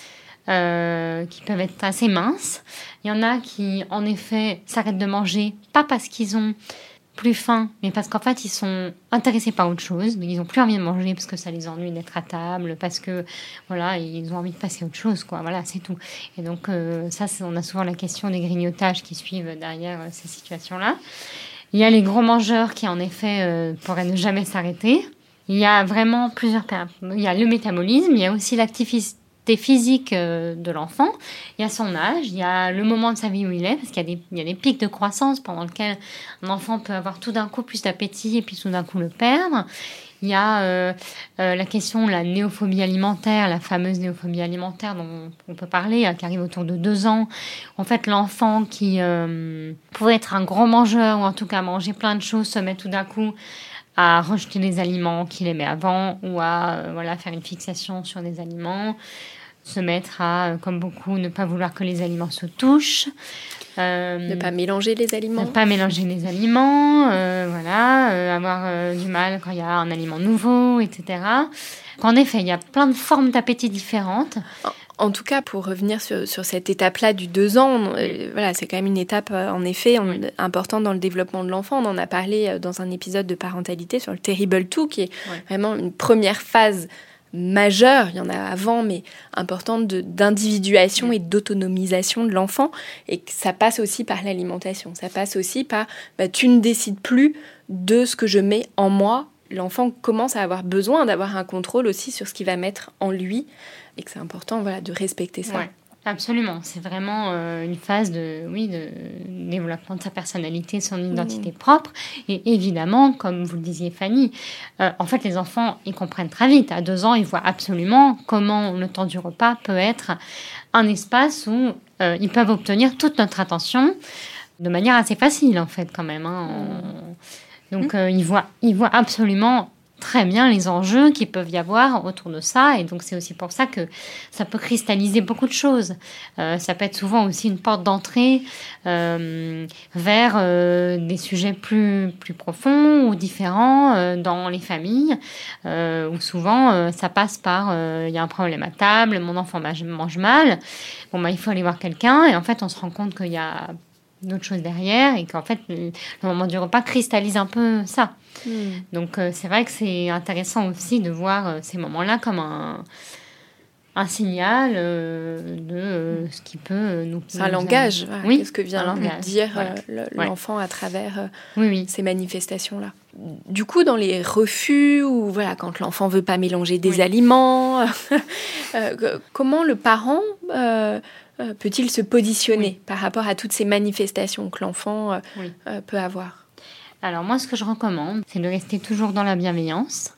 euh, qui peuvent être assez minces. Il y en a qui, en effet, s'arrêtent de manger, pas parce qu'ils ont plus faim, mais parce qu'en fait, ils sont intéressés par autre chose. Ils n'ont plus envie de manger parce que ça les ennuie d'être à table, parce que, voilà, ils ont envie de passer à autre chose, quoi. Voilà, c'est tout. Et donc, euh, ça, c'est, on a souvent la question des grignotages qui suivent derrière euh, ces situations-là. Il y a les gros mangeurs qui, en effet, euh, pourraient ne jamais s'arrêter. Il y a vraiment plusieurs... Il y a le métabolisme, il y a aussi l'activité physique de l'enfant, il y a son âge, il y a le moment de sa vie où il est, parce qu'il y a des, il y a des pics de croissance pendant lesquels un enfant peut avoir tout d'un coup plus d'appétit et puis tout d'un coup le perdre. Il y a euh, euh, la question de la néophobie alimentaire, la fameuse néophobie alimentaire dont on peut parler, hein, qui arrive autour de deux ans. En fait, l'enfant qui euh, pourrait être un gros mangeur, ou en tout cas manger plein de choses, se met tout d'un coup à rejeter les aliments qu'il aimait avant, ou à euh, voilà, faire une fixation sur des aliments, se mettre à, euh, comme beaucoup, ne pas vouloir que les aliments se touchent. Euh, ne pas mélanger les aliments. Ne pas mélanger les aliments, euh, voilà, euh, avoir euh, du mal quand il y a un aliment nouveau, et cetera. En effet, il y a plein de formes d'appétit différentes. En tout cas, pour revenir sur, sur cette étape-là du deux ans, euh, voilà, c'est quand même une étape, euh, en effet, on, importante dans le développement de l'enfant. On en a parlé euh, dans un épisode de parentalité sur le Terrible deux, qui est ouais. vraiment une première phase majeure, il y en a avant, mais importante, de, d'individuation et d'autonomisation de l'enfant. Et que ça passe aussi par l'alimentation. Ça passe aussi par, bah, tu ne décides plus de ce que je mets en moi. L'enfant commence à avoir besoin d'avoir un contrôle aussi sur ce qu'il va mettre en lui. Et que c'est important, voilà, de respecter ça. Ouais, absolument. C'est vraiment euh, une phase de, oui, de développement de sa personnalité, son identité mmh. propre. Et évidemment, comme vous le disiez, Fanny, euh, en fait, les enfants, ils comprennent très vite. À deux ans, ils voient absolument comment le temps du repas peut être un espace où euh, ils peuvent obtenir toute notre attention de manière assez facile, en fait, quand même. Hein. Mmh. Donc, euh, ils voient, ils voient absolument très bien les enjeux qu'il peuvent y avoir autour de ça, et donc c'est aussi pour ça que ça peut cristalliser beaucoup de choses. Euh, ça peut être souvent aussi une porte d'entrée euh, vers euh, des sujets plus, plus profonds ou différents euh, dans les familles, euh, où souvent euh, ça passe par euh, il y a un problème à table, mon enfant mange mal, bon, bah, il faut aller voir quelqu'un, et en fait on se rend compte qu'il y a d'autres choses derrière, et qu'en fait le, le moment du repas cristallise un peu ça. Mmh. Donc euh, c'est vrai que c'est intéressant aussi de voir euh, ces moments-là comme un, un signal euh, de euh, ce qui peut nous... C'est un langage, voilà, oui, qu'est-ce que vient dire voilà. euh, le, ouais. l'enfant à travers euh, oui, oui. ces manifestations-là. Du coup, dans les refus, ou voilà, quand l'enfant ne veut pas mélanger des oui. aliments, euh, comment le parent... Euh, Euh, peut-il se positionner oui. par rapport à toutes ces manifestations que l'enfant euh, oui. euh, peut avoir ? Alors moi, ce que je recommande, c'est de rester toujours dans la bienveillance,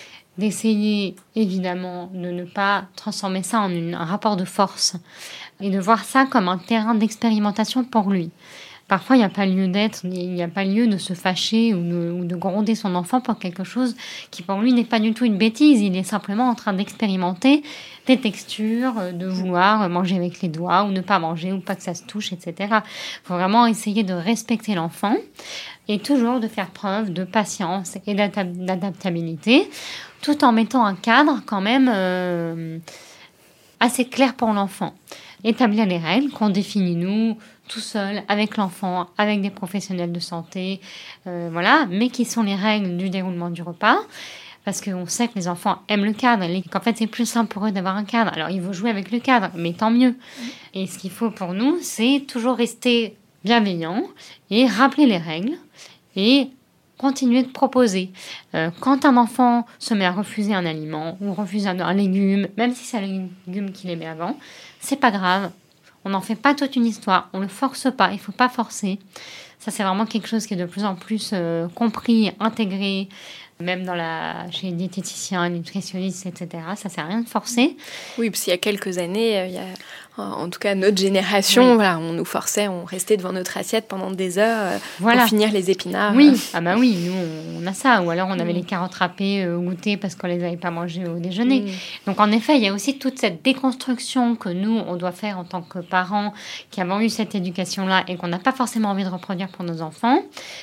d'essayer évidemment de ne pas transformer ça en une, un rapport de force et de voir ça comme un terrain d'expérimentation pour lui. Parfois, il n'y a pas lieu d'être, il n'y a pas lieu de se fâcher ou de, ou de gronder son enfant pour quelque chose qui pour lui n'est pas du tout une bêtise. Il est simplement en train d'expérimenter des textures, de vouloir manger avec les doigts ou ne pas manger ou pas que ça se touche, et cetera. Il faut vraiment essayer de respecter l'enfant et toujours de faire preuve de patience et d'adaptabilité, tout en mettant un cadre quand même euh, assez clair pour l'enfant. Établir les règles qu'on définit nous, tout seul, avec l'enfant, avec des professionnels de santé, euh, voilà, mais qui sont les règles du déroulement du repas, parce qu'on sait que les enfants aiment le cadre, et qu'en fait c'est plus simple pour eux d'avoir un cadre. Alors ils vont jouer avec le cadre, mais tant mieux. Et ce qu'il faut pour nous, c'est toujours rester bienveillant et rappeler les règles, et continuer de proposer. Euh, quand un enfant se met à refuser un aliment ou refuse un, un légume, même si c'est un légume qu'il aimait avant, c'est pas grave. On n'en fait pas toute une histoire. On le force pas. Il faut pas forcer. Ça, c'est vraiment quelque chose qui est de plus en plus euh, compris, intégré, même dans la, chez les diététiciens, les nutritionnistes, et cetera. Ça sert à rien de forcer. Oui, parce qu'il y a quelques années, il y a, en tout cas notre génération, oui. voilà, on nous forçait, on restait devant notre assiette pendant des heures euh, voilà. pour finir les épinards. Oui, ah bah oui, nous on a ça. Ou alors on avait mmh. les carottes râpées euh, au goûter parce qu'on les avait pas mangées au déjeuner. Mmh. Donc en effet, il y a aussi toute cette déconstruction que nous on doit faire en tant que parents qui avons eu cette éducation-là et qu'on n'a pas forcément envie de reproduire pour nos enfants.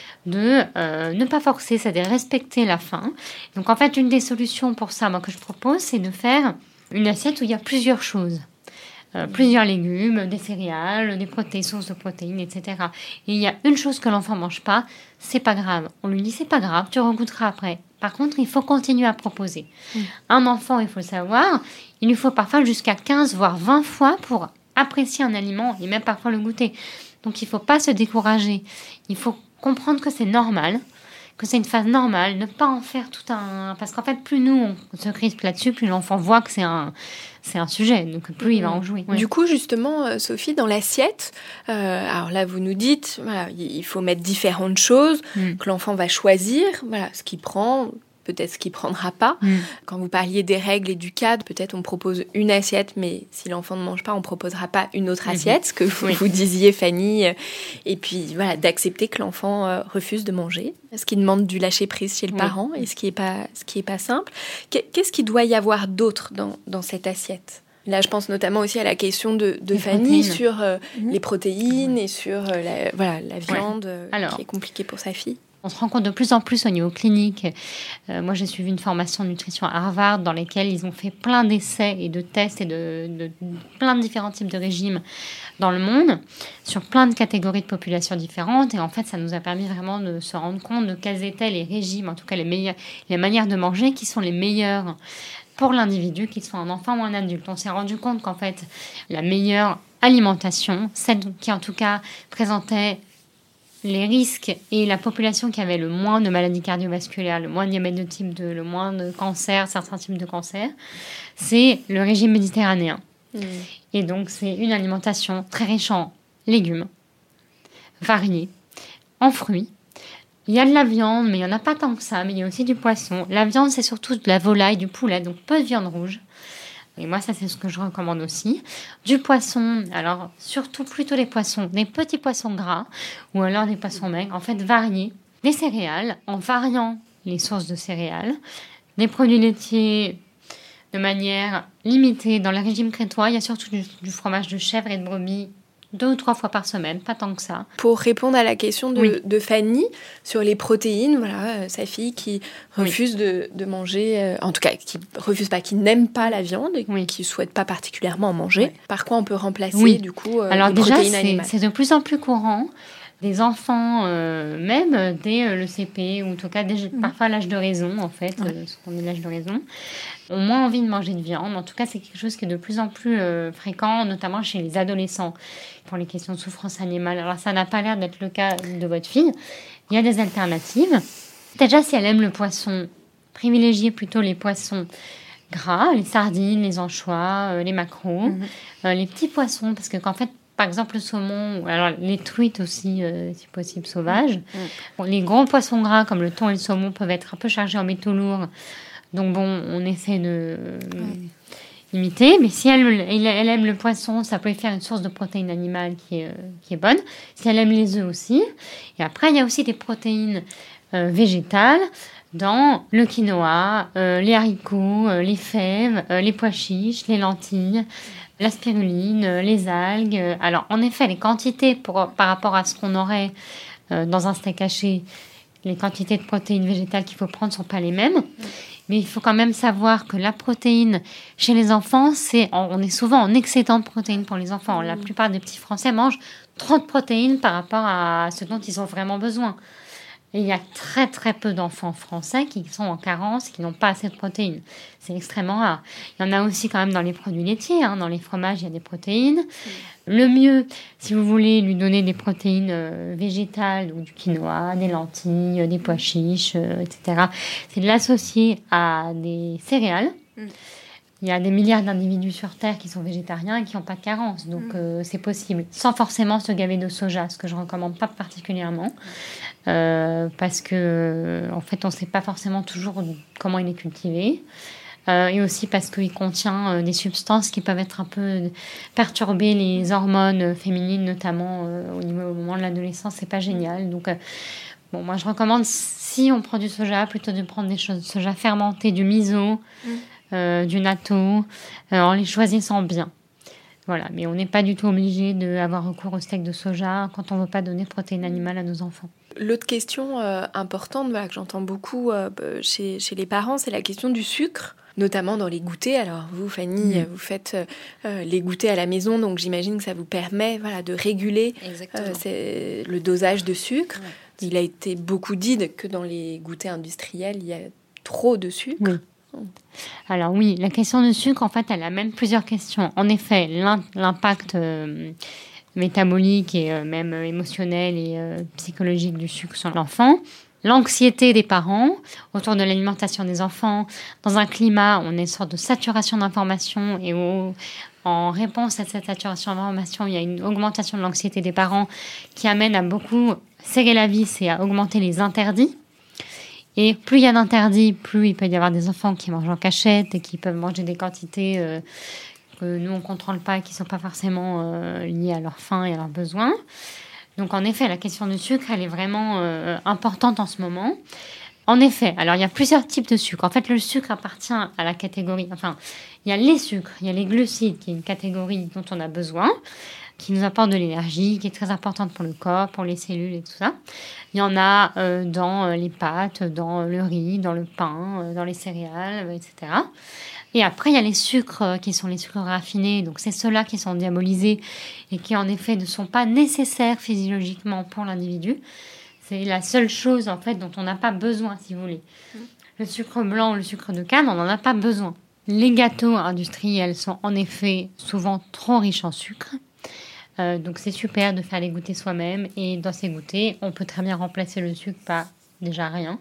de euh, ne pas forcer, c'est-à-dire respecter la faim. Donc en fait, une des solutions pour ça, moi, que je propose, c'est de faire une assiette où il y a plusieurs choses. Euh, plusieurs légumes, des céréales, des protéines, sources de protéines, et cetera. Et il y a une chose que l'enfant ne mange pas, c'est pas grave. On lui dit, c'est pas grave, tu regoûteras après. Par contre, il faut continuer à proposer. Mmh. Un enfant, il faut le savoir, il lui faut parfois jusqu'à quinze, voire vingt fois pour apprécier un aliment et même parfois le goûter. Donc il ne faut pas se décourager. Il faut comprendre que c'est normal, que c'est une phase normale, ne pas en faire tout un... Parce qu'en fait, plus nous, on se crispe là-dessus, plus l'enfant voit que c'est un, c'est un sujet, donc plus mmh. il va en jouer. Ouais. Du coup, justement, Sophie, dans l'assiette, euh, alors là, vous nous dites, voilà, il faut mettre différentes choses, mmh. que l'enfant va choisir, voilà, ce qu'il prend... peut-être ce qu'il ne prendra pas. Mmh. Quand vous parliez des règles et du cadre, peut-être on propose une assiette, mais si l'enfant ne mange pas, on ne proposera pas une autre assiette, mmh. ce que vous, oui. vous disiez, Fanny. Et puis, voilà, d'accepter que l'enfant euh, refuse de manger, ce qui demande du lâcher-prise chez le oui. parent, et ce qui n'est pas, ce qui est pas simple. Qu'est-ce qu'il doit y avoir d'autre dans, dans cette assiette ? Là, je pense notamment aussi à la question de, de Fanny protéines. sur euh, mmh. les protéines mmh. et sur euh, la, voilà, la viande, ouais. Alors, qui est compliquée pour sa fille. On se rend compte de plus en plus au niveau clinique. Euh, moi, j'ai suivi une formation de nutrition à Harvard dans laquelle ils ont fait plein d'essais et de tests et de, de, de plein de différents types de régimes dans le monde, sur plein de catégories de populations différentes. Et en fait, ça nous a permis vraiment de se rendre compte de quels étaient les régimes, en tout cas les, meilleurs, les manières de manger qui sont les meilleures pour l'individu, qu'il soit un enfant ou un adulte. On s'est rendu compte qu'en fait, la meilleure alimentation, celle qui en tout cas présentait les risques et la population qui avait le moins de maladies cardiovasculaires, le moins de diabète de type deux, le moins de cancer, certains types de cancers, c'est le régime méditerranéen. Mmh. Et donc, c'est une alimentation très riche en légumes, variée, en fruits. Il y a de la viande, mais il n'y en a pas tant que ça, mais il y a aussi du poisson. La viande, c'est surtout de la volaille, du poulet, donc peu de viande rouge. Et moi, ça, c'est ce que je recommande aussi. Du poisson, alors surtout plutôt des poissons, des petits poissons gras ou alors des poissons maigres, en fait variés. Des céréales, en variant les sources de céréales. Des produits laitiers de manière limitée. Dans le régime crétois, il y a surtout du, du fromage de chèvre et de brebis deux ou trois fois par semaine, pas tant que ça. Pour répondre à la question de, oui. de Fanny sur les protéines, voilà, euh, sa fille qui refuse oui. de, de manger, euh, en tout cas qui refuse pas, qui n'aime pas la viande, et oui. qui souhaite pas particulièrement en manger. Oui. Par quoi on peut remplacer oui. du coup euh, Alors les déjà, protéines c'est, animales. C'est de plus en plus courant. Des enfants, euh, même dès euh, le C P, ou en tout cas dès, mmh. parfois l'âge de raison, en fait, ouais. euh, ce qu'on dit l'âge de raison, ont moins envie de manger de viande. En tout cas, c'est quelque chose qui est de plus en plus euh, fréquent, notamment chez les adolescents, pour les questions de souffrance animale. Alors, ça n'a pas l'air d'être le cas de votre fille. Il y a des alternatives. Déjà, si elle aime le poisson, privilégiez plutôt les poissons gras, les sardines, les anchois, euh, les maquereaux, mmh. euh, les petits poissons, parce que qu'en fait, par exemple le saumon, ou alors les truites aussi, euh, si possible, sauvages. Mmh. Bon, les gros poissons gras comme le thon et le saumon peuvent être un peu chargés en métaux lourds. Donc bon, on essaie de mmh. imiter. Mais si elle, elle, elle aime le poisson, ça peut lui faire une source de protéines animales qui est, euh, qui est bonne. Si elle aime les œufs aussi. Et après, il y a aussi des protéines euh, végétales dans le quinoa, euh, les haricots, euh, les fèves, euh, les pois chiches, les lentilles, la spiruline, euh, les algues. Alors, en effet, les quantités pour, par rapport à ce qu'on aurait euh, dans un steak haché, les quantités de protéines végétales qu'il faut prendre ne sont pas les mêmes. Mais il faut quand même savoir que la protéine, chez les enfants, c'est, on est souvent en excédent de protéines pour les enfants. La plupart des petits Français mangent trop de protéines par rapport à ce dont ils ont vraiment besoin. Et il y a très très peu d'enfants français qui sont en carence, qui n'ont pas assez de protéines. C'est extrêmement rare. Il y en a aussi quand même dans les produits laitiers, hein. Dans les fromages, il y a des protéines. Mmh. Le mieux, si vous voulez lui donner des protéines euh, végétales, donc du quinoa, des lentilles, euh, des pois chiches, euh, et cetera, c'est de l'associer à des céréales. Mmh. Il y a des milliards d'individus sur Terre qui sont végétariens et qui n'ont pas de carence. Donc, mmh. euh, c'est possible. Sans forcément se gaver de soja, ce que je ne recommande pas particulièrement. Euh, parce que, en fait, on ne sait pas forcément toujours comment il est cultivé. Euh, et aussi parce qu'il contient euh, des substances qui peuvent être un peu perturber les hormones féminines, notamment euh, au, niveau, au moment de l'adolescence. C'est pas génial. Donc, euh, bon, moi, je recommande, si on prend du soja, plutôt de prendre des choses de soja fermenté, du miso, mmh. euh, du natto, euh, en les choisissant bien. Voilà, mais on n'est pas du tout obligé d'avoir recours au steak de soja quand on ne veut pas donner de protéines animales à nos enfants. L'autre question euh, importante voilà, que j'entends beaucoup euh, chez, chez les parents, c'est la question du sucre, notamment dans les goûters. Alors vous, Fanny, mmh. vous faites euh, les goûters à la maison, donc j'imagine que ça vous permet voilà, de réguler euh, c'est, le dosage de sucre. Ouais. Il a été beaucoup dit que dans les goûters industriels, il y a trop de sucre. Oui. Alors oui, la question du sucre, en fait, elle a même plusieurs questions. En effet, l'impact euh, métabolique et euh, même émotionnel et euh, psychologique du sucre sur l'enfant. L'anxiété des parents autour de l'alimentation des enfants. Dans un climat où on a une sorte de saturation d'informations et où, en réponse à cette saturation d'informations, il y a une augmentation de l'anxiété des parents qui amène à beaucoup serrer la vis et à augmenter les interdits. Et plus il y a d'interdits, plus il peut y avoir des enfants qui mangent en cachette et qui peuvent manger des quantités euh, que nous, on ne contrôle pas et qui ne sont pas forcément euh, liées à leur faim et à leurs besoins. Donc, en effet, la question du sucre, elle est vraiment euh, importante en ce moment. En effet, alors il y a plusieurs types de sucre. En fait, le sucre appartient à la catégorie... Enfin, il y a les sucres, il y a les glucides, qui est une catégorie dont on a besoin, qui nous apporte de l'énergie, qui est très importante pour le corps, pour les cellules et tout ça. Il y en a euh, dans les pâtes, dans le riz, dans le pain, euh, dans les céréales, et cetera. Et après, il y a les sucres euh, qui sont les sucres raffinés. Donc, c'est ceux-là qui sont diabolisés et qui, en effet, ne sont pas nécessaires physiologiquement pour l'individu. C'est la seule chose, en fait, dont on n'a pas besoin, si vous voulez. Le sucre blanc ou le sucre de canne, on n'en a pas besoin. Les gâteaux industriels sont, en effet, souvent trop riches en sucre. Euh, donc c'est super de faire les goûters soi-même, et dans ces goûters on peut très bien remplacer le sucre par déjà rien.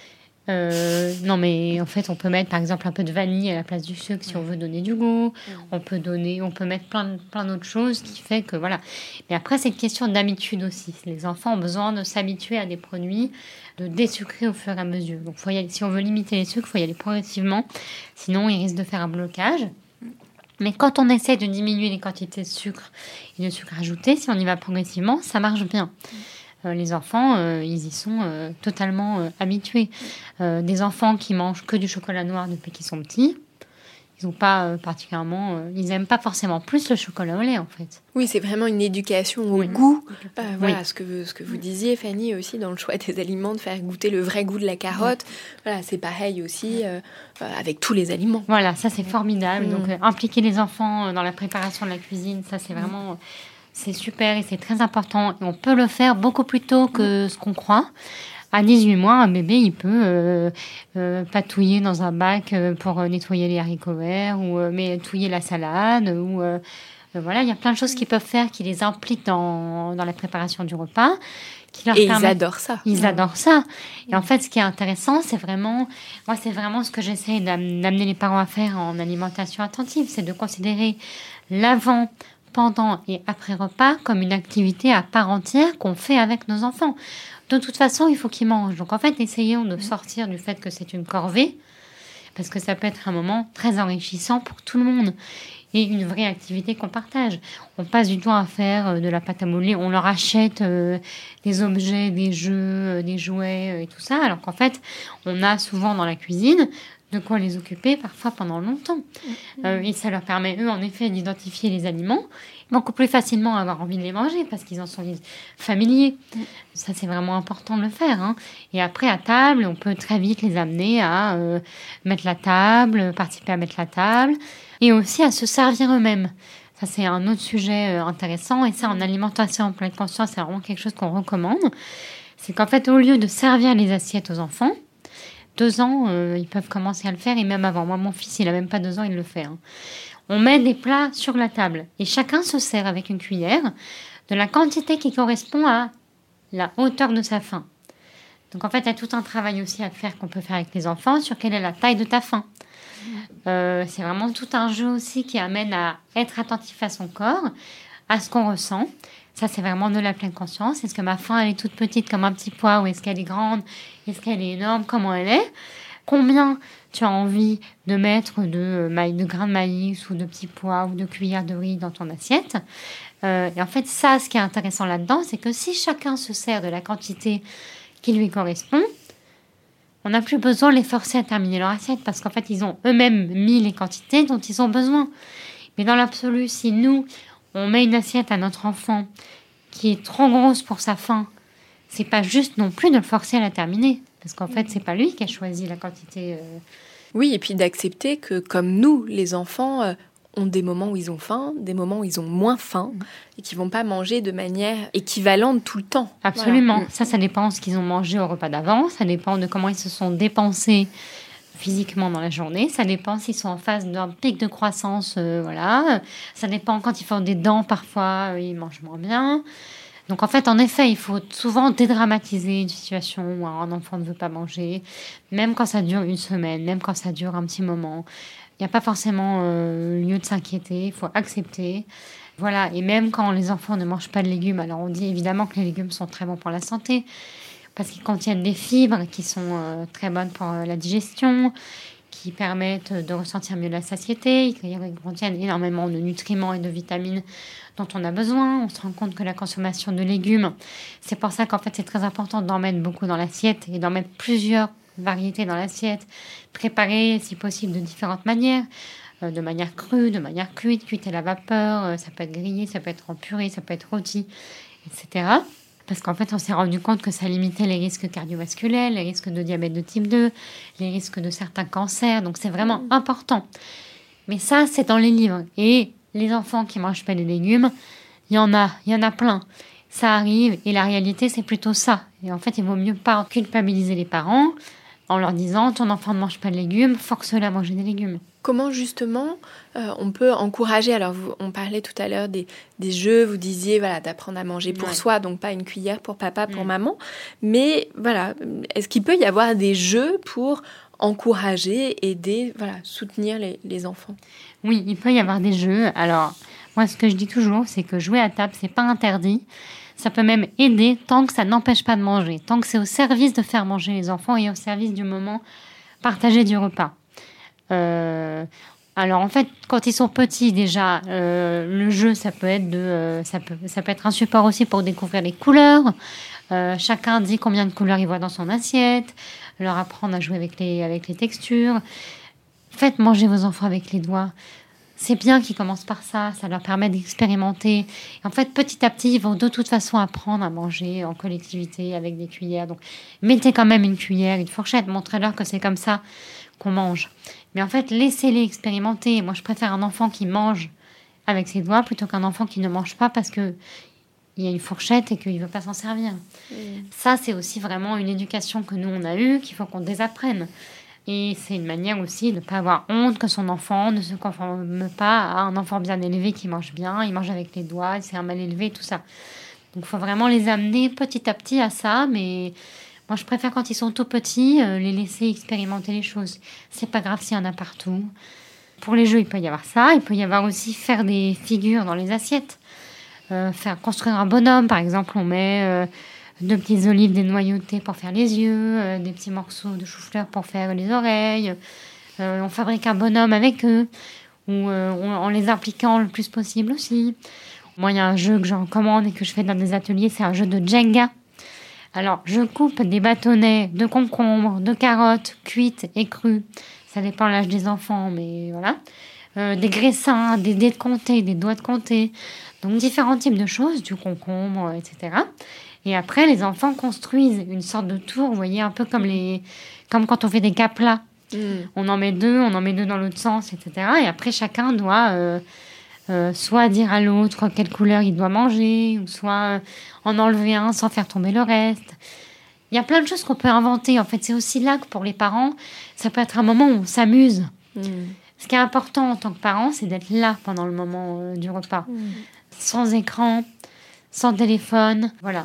Euh, non mais en fait on peut mettre par exemple un peu de vanille à la place du sucre si on veut donner du goût. On peut donner, on peut mettre plein, plein d'autres choses qui fait que voilà. Mais après c'est une question d'habitude aussi. Les enfants ont besoin de s'habituer à des produits, de désucrer au fur et à mesure. Donc faut y aller, si on veut limiter les sucres, il faut y aller progressivement, sinon il risque de faire un blocage. Mais quand on essaie de diminuer les quantités de sucre et de sucre ajouté, si on y va progressivement, ça marche bien. Euh, les enfants, euh, ils y sont euh, totalement euh, habitués. Euh, des enfants qui mangent que du chocolat noir depuis qu'ils sont petits, ils n'ont pas euh, particulièrement... Euh, ils n'aiment pas forcément plus le chocolat au lait, en fait. Oui, c'est vraiment une éducation au oui. goût. Euh, voilà, oui. ce, que, ce que vous disiez, Fanny, aussi, dans le choix des aliments, de faire goûter le vrai goût de la carotte. Oui. Voilà, c'est pareil aussi euh, avec tous les aliments. Voilà, ça, c'est formidable. Mmh. Donc, euh, impliquer les enfants dans la préparation de la cuisine, ça, c'est vraiment... Mmh. C'est super et c'est très important. Et on peut le faire beaucoup plus tôt que mmh. ce qu'on croit. À dix-huit mois, un bébé, il peut euh, euh, patouiller dans un bac euh, pour euh, nettoyer les haricots verts ou euh, nettoyer la salade. Ou, euh, euh, voilà, il y a plein de choses qu'ils peuvent faire qui les impliquent dans, dans la préparation du repas. Qui leur et permettent... ils adorent ça. Ils mmh. adorent ça. Et en fait, ce qui est intéressant, c'est vraiment... Moi, c'est vraiment ce que j'essaie d'amener les parents à faire en alimentation attentive. C'est de considérer l'avant pendant et après repas comme une activité à part entière qu'on fait avec nos enfants. De toute façon, il faut qu'ils mangent. Donc en fait, essayons de sortir du fait que c'est une corvée, parce que ça peut être un moment très enrichissant pour tout le monde et une vraie activité qu'on partage. On passe du temps à faire de la pâte à modeler, on leur achète euh, des objets, des jeux, euh, des jouets euh, et tout ça, alors qu'en fait, on a souvent dans la cuisine de quoi les occuper, parfois pendant longtemps. Euh, et ça leur permet, eux, en effet, d'identifier les aliments, beaucoup plus facilement avoir envie de les manger, parce qu'ils en sont familiers. Ça, c'est vraiment important de le faire. Hein. Et après, à table, on peut très vite les amener à euh, mettre la table, participer à mettre la table, et aussi à se servir eux-mêmes. Ça, c'est un autre sujet euh, intéressant. Et ça, en alimentation en pleine conscience, c'est vraiment quelque chose qu'on recommande. C'est qu'en fait, au lieu de servir les assiettes aux enfants, deux ans, euh, ils peuvent commencer à le faire, et même avant. Moi, mon fils, il n'a même pas deux ans, il le fait. Hein. On met des plats sur la table, et chacun se sert avec une cuillère de la quantité qui correspond à la hauteur de sa faim. Donc, en fait, il y a tout un travail aussi à faire qu'on peut faire avec les enfants sur quelle est la taille de ta faim. Euh, c'est vraiment tout un jeu aussi qui amène à être attentif à son corps, à ce qu'on ressent. Ça, c'est vraiment de la pleine conscience. Est-ce que ma faim, elle est toute petite comme un petit pois, ou est-ce qu'elle est grande? Est-ce qu'elle est énorme? Comment elle est? Combien tu as envie de mettre de, maïs, de grains de maïs ou de petits pois ou de cuillères de riz dans ton assiette? euh, Et en fait, ça, ce qui est intéressant là-dedans, c'est que si chacun se sert de la quantité qui lui correspond, on n'a plus besoin de les forcer à terminer leur assiette, parce qu'en fait, ils ont eux-mêmes mis les quantités dont ils ont besoin. Mais dans l'absolu, si nous, on met une assiette à notre enfant qui est trop grosse pour sa faim, c'est pas juste non plus de le forcer à la terminer. Parce qu'en fait, c'est pas lui qui a choisi la quantité. Euh... Oui, et puis d'accepter que, comme nous, les enfants euh, ont des moments où ils ont faim, des moments où ils ont moins faim, mmh. et qu'ils vont pas manger de manière équivalente tout le temps. Absolument. Voilà. Ça, ça dépend de ce qu'ils ont mangé au repas d'avant. Ça dépend de comment ils se sont dépensés physiquement dans la journée. Ça dépend s'ils sont en phase d'un pic de croissance. Euh, voilà. Ça dépend quand ils font des dents, parfois, euh, ils mangent moins bien. Donc, en fait, en effet, il faut souvent dédramatiser une situation où un enfant ne veut pas manger, même quand ça dure une semaine, même quand ça dure un petit moment. Il n'y a pas forcément euh, lieu de s'inquiéter, il faut accepter. Voilà, et même quand les enfants ne mangent pas de légumes, alors on dit évidemment que les légumes sont très bons pour la santé, parce qu'ils contiennent des fibres qui sont euh, très bonnes pour euh, la digestion, qui permettent de ressentir mieux la satiété, ils contiennent énormément de nutriments et de vitamines dont on a besoin. On se rend compte que la consommation de légumes, c'est pour ça qu'en fait c'est très important d'en mettre beaucoup dans l'assiette et d'en mettre plusieurs variétés dans l'assiette, préparées si possible de différentes manières, euh, de manière crue, de manière cuite, cuite à la vapeur, euh, ça peut être grillé, ça peut être en purée, ça peut être rôti, et cetera. Parce qu'en fait, on s'est rendu compte que ça limitait les risques cardiovasculaires, les risques de diabète de type deux, les risques de certains cancers. Donc, c'est vraiment mmh. important. Mais ça, c'est dans les livres. Et les enfants qui ne mangent pas les légumes, il y en a, il y en a plein. Ça arrive. Et la réalité, c'est plutôt ça. Et en fait, il vaut mieux pas culpabiliser les parents en leur disant « ton enfant ne mange pas de légumes, force-le à manger des légumes ». Comment justement euh, on peut encourager, alors vous, on parlait tout à l'heure des, des jeux, vous disiez voilà, d'apprendre à manger pour ouais. soi, donc pas une cuillère pour papa, pour mmh. maman, mais voilà, est-ce qu'il peut y avoir des jeux pour encourager, aider, voilà, soutenir les, les enfants? Oui, il peut y avoir des jeux. Alors, moi ce que je dis toujours, c'est que jouer à table, c'est pas interdit. Ça peut même aider tant que ça n'empêche pas de manger, tant que c'est au service de faire manger les enfants et au service du moment partagé du repas. Euh, alors en fait, quand ils sont petits déjà, euh, le jeu ça peut être de, euh, ça peut, ça peut être un support aussi pour découvrir les couleurs. Euh, chacun dit combien de couleurs il voit dans son assiette, leur apprendre à jouer avec les, avec les textures. Faites manger vos enfants avec les doigts. C'est bien qu'ils commencent par ça, ça leur permet d'expérimenter. Et en fait, petit à petit, ils vont de toute façon apprendre à manger en collectivité avec des cuillères. Donc, mettez quand même une cuillère, une fourchette, montrez-leur que c'est comme ça qu'on mange. Mais en fait, laissez-les expérimenter. Moi, je préfère un enfant qui mange avec ses doigts plutôt qu'un enfant qui ne mange pas parce que il y a une fourchette et qu'il ne veut pas s'en servir. Mmh. Ça, c'est aussi vraiment une éducation que nous, on a eue, qu'il faut qu'on désapprenne. Et c'est une manière aussi de ne pas avoir honte que son enfant ne se conforme pas à un enfant bien élevé qui mange bien, il mange avec les doigts, c'est un mal élevé, tout ça. Donc, il faut vraiment les amener petit à petit à ça, mais moi, je préfère quand ils sont tout petits, euh, les laisser expérimenter les choses. C'est pas grave s'il y en a partout. Pour les jeux, il peut y avoir ça. Il peut y avoir aussi faire des figures dans les assiettes. Euh, faire construire un bonhomme, par exemple, on met euh, deux petites olives dénoyautées pour faire les yeux, euh, des petits morceaux de chou-fleur pour faire les oreilles. Euh, on fabrique un bonhomme avec eux, ou euh, on, en les impliquant le plus possible aussi. Moi, il y a un jeu que j'en commande et que je fais dans des ateliers, c'est un jeu de Jenga. Alors, je coupe des bâtonnets de concombres, de carottes, cuites et crues. Ça dépend de l'âge des enfants, mais voilà. Euh, des graissins, des dés de comté, des doigts de comté. Donc, différents types de choses, du concombre, et cetera. Et après, les enfants construisent une sorte de tour, vous voyez, un peu comme, les, comme quand on fait des caplas. Mmh. On en met deux, on en met deux dans l'autre sens, et cetera. Et après, chacun doit... Euh, Euh, soit dire à l'autre quelle couleur il doit manger, ou soit en enlever un sans faire tomber le reste. Il y a plein de choses qu'on peut inventer. En fait, c'est aussi là que pour les parents, ça peut être un moment où on s'amuse. Mmh. Ce qui est important en tant que parent, c'est d'être là pendant le moment euh, du repas. Mmh. Sans écran, sans téléphone, voilà.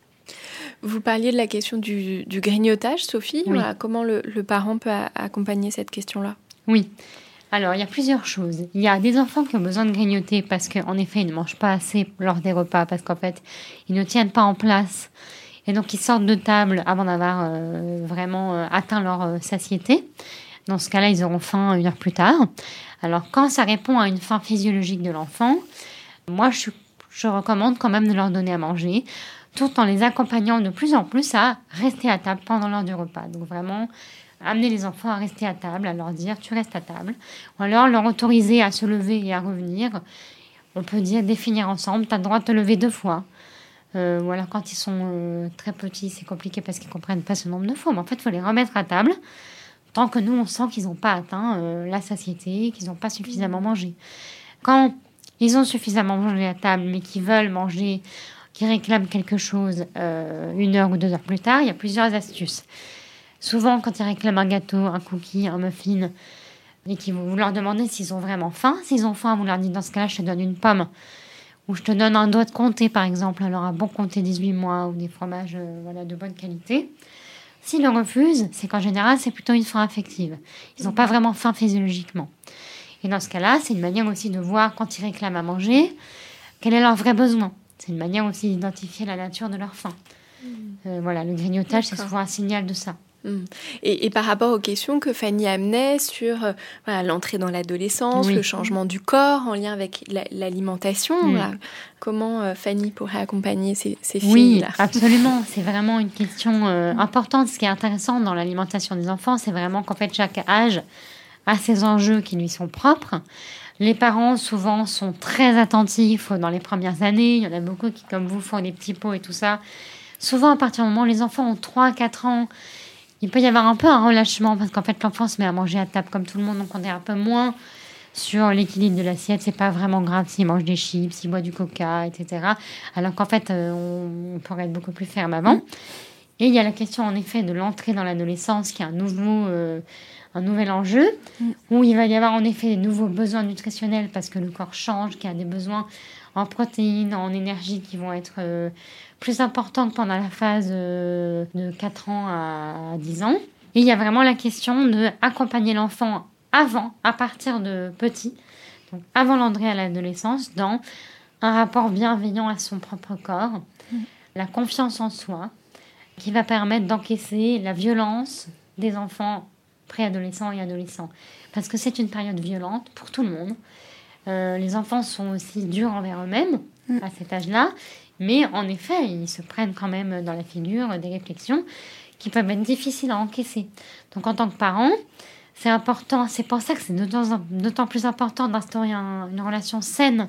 Vous parliez de la question du, du grignotage, Sophie. Oui. Voilà, comment le, le parent peut a, accompagner cette question-là ? Oui. Alors, il y a plusieurs choses. Il y a des enfants qui ont besoin de grignoter parce qu'en effet, ils ne mangent pas assez lors des repas, parce qu'en fait, ils ne tiennent pas en place. Et donc, ils sortent de table avant d'avoir euh, vraiment euh, atteint leur euh, satiété. Dans ce cas-là, ils auront faim une heure plus tard. Alors, quand ça répond à une faim physiologique de l'enfant, moi, je, je recommande quand même de leur donner à manger, tout en les accompagnant de plus en plus à rester à table pendant l'heure du repas. Donc, vraiment... amener les enfants à rester à table, à leur dire « tu restes à table ». Ou alors leur autoriser à se lever et à revenir. On peut dire définir ensemble « tu as le droit de te lever deux fois euh, ». Ou alors quand ils sont euh, très petits, c'est compliqué parce qu'ils ne comprennent pas ce nombre de fois. Mais en fait, il faut les remettre à table tant que nous, on sent qu'ils n'ont pas atteint euh, la satiété, qu'ils n'ont pas suffisamment mangé. Quand ils ont suffisamment mangé à table, mais qu'ils veulent manger, qu'ils réclament quelque chose euh, une heure ou deux heures plus tard, il y a plusieurs astuces. Souvent, quand ils réclament un gâteau, un cookie, un muffin, et qu'ils vous leur demandez s'ils ont vraiment faim, s'ils ont faim, vous leur dites dans ce cas-là, je te donne une pomme, ou je te donne un doigt de comté, par exemple, alors un bon comté dix-huit mois, ou des fromages euh, voilà, de bonne qualité. S'ils le refusent, c'est qu'en général, c'est plutôt une faim affective. Ils n'ont pas vraiment faim physiologiquement. Et dans ce cas-là, c'est une manière aussi de voir, quand ils réclament à manger, quel est leur vrai besoin. C'est une manière aussi d'identifier la nature de leur faim. Mmh. Euh, voilà, le grignotage, D'accord. c'est souvent un signal de ça. Mmh. Et, et par rapport aux questions que Fanny amenait sur euh, voilà, l'entrée dans l'adolescence, oui. le changement du corps en lien avec la, l'alimentation, mmh. voilà. comment euh, Fanny pourrait accompagner ces, ces filles Oui, absolument. C'est vraiment une question euh, importante. Ce qui est intéressant dans l'alimentation des enfants, c'est vraiment qu'en fait, chaque âge a ses enjeux qui lui sont propres. Les parents, souvent, sont très attentifs dans les premières années. Il y en a beaucoup qui, comme vous, font des petits pots et tout ça. Souvent, à partir du moment où les enfants ont trois à quatre ans, il peut y avoir un peu un relâchement parce qu'en fait, l'enfant se met à manger à table comme tout le monde. Donc, on est un peu moins sur l'équilibre de l'assiette. C'est pas vraiment grave s'il mange des chips, s'il boit du coca, et cetera. Alors qu'en fait, euh, on, on pourrait être beaucoup plus ferme avant. Mmh. Et il y a la question, en effet, de l'entrée dans l'adolescence qui est un nouveau... Euh, un nouvel enjeu, mmh. où il va y avoir en effet des nouveaux besoins nutritionnels parce que le corps change, qu'il y a des besoins en protéines, en énergie qui vont être euh, plus importants que pendant la phase euh, de quatre ans à dix ans. Et il y a vraiment la question d'accompagner l'enfant avant, à partir de petit, donc avant l'entrée à l'adolescence, dans un rapport bienveillant à son propre corps, mmh. la confiance en soi, qui va permettre d'encaisser la violence des enfants préadolescents et adolescents. Parce que c'est une période violente pour tout le monde. Euh, les enfants sont aussi durs envers eux-mêmes mmh. à cet âge-là. Mais en effet, ils se prennent quand même dans la figure des réflexions qui peuvent être difficiles à encaisser. Donc en tant que parent, c'est important. C'est pour ça que c'est d'autant, d'autant plus important d'instaurer un, une relation saine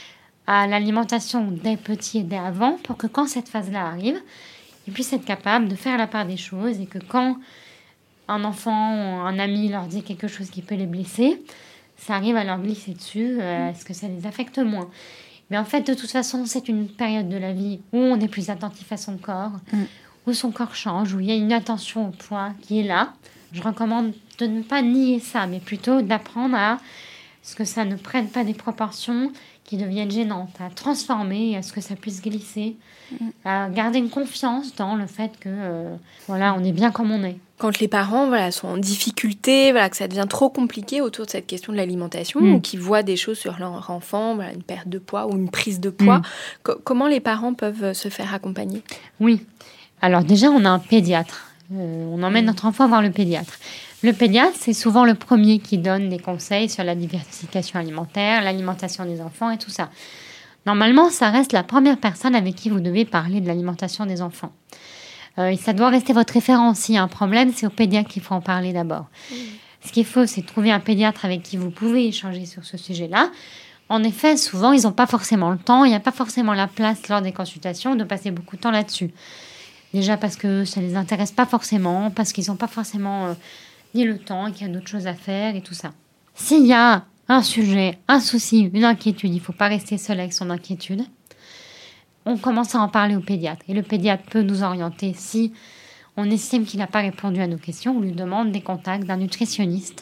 à l'alimentation dès petit et dès avant pour que quand cette phase-là arrive, ils puissent être capables de faire la part des choses et que quand un enfant ou un ami leur dit quelque chose qui peut les blesser, ça arrive à leur glisser dessus, euh, est-ce que ça les affecte moins ? Mais en fait, de toute façon, c'est une période de la vie où on est plus attentif à son corps, mm. où son corps change, où il y a une attention au poids qui est là. Je recommande de ne pas nier ça, mais plutôt d'apprendre à ce que ça ne prenne pas des proportions qui deviennent gênantes, à transformer, à ce que ça puisse glisser, à garder une confiance dans le fait que euh, voilà, on est bien comme on est. Quand les parents voilà, sont en difficulté, voilà, que ça devient trop compliqué autour de cette question de l'alimentation, Mm. ou qu'ils voient des choses sur leur enfant, voilà, une perte de poids ou une prise de poids, Mm. co- comment les parents peuvent se faire accompagner ? Oui. Alors déjà, on a un pédiatre. Euh, on emmène notre enfant voir le pédiatre. Le pédiatre, c'est souvent le premier qui donne des conseils sur la diversification alimentaire, l'alimentation des enfants et tout ça. Normalement, ça reste la première personne avec qui vous devez parler de l'alimentation des enfants. Euh, et ça doit rester votre référence. S'il y a un problème, c'est au pédiatre qu'il faut en parler d'abord. Mmh. Ce qu'il faut, c'est trouver un pédiatre avec qui vous pouvez échanger sur ce sujet-là. En effet, souvent, ils n'ont pas forcément le temps, il n'y a pas forcément la place lors des consultations de passer beaucoup de temps là-dessus. Déjà parce que ça ne les intéresse pas forcément, parce qu'ils n'ont pas forcément... Euh, ni le temps, qu'il y a d'autres choses à faire et tout ça. S'il y a un sujet, un souci, une inquiétude, il ne faut pas rester seul avec son inquiétude. On commence à en parler au pédiatre. Et le pédiatre peut nous orienter si on estime qu'il n'a pas répondu à nos questions. On lui demande des contacts d'un nutritionniste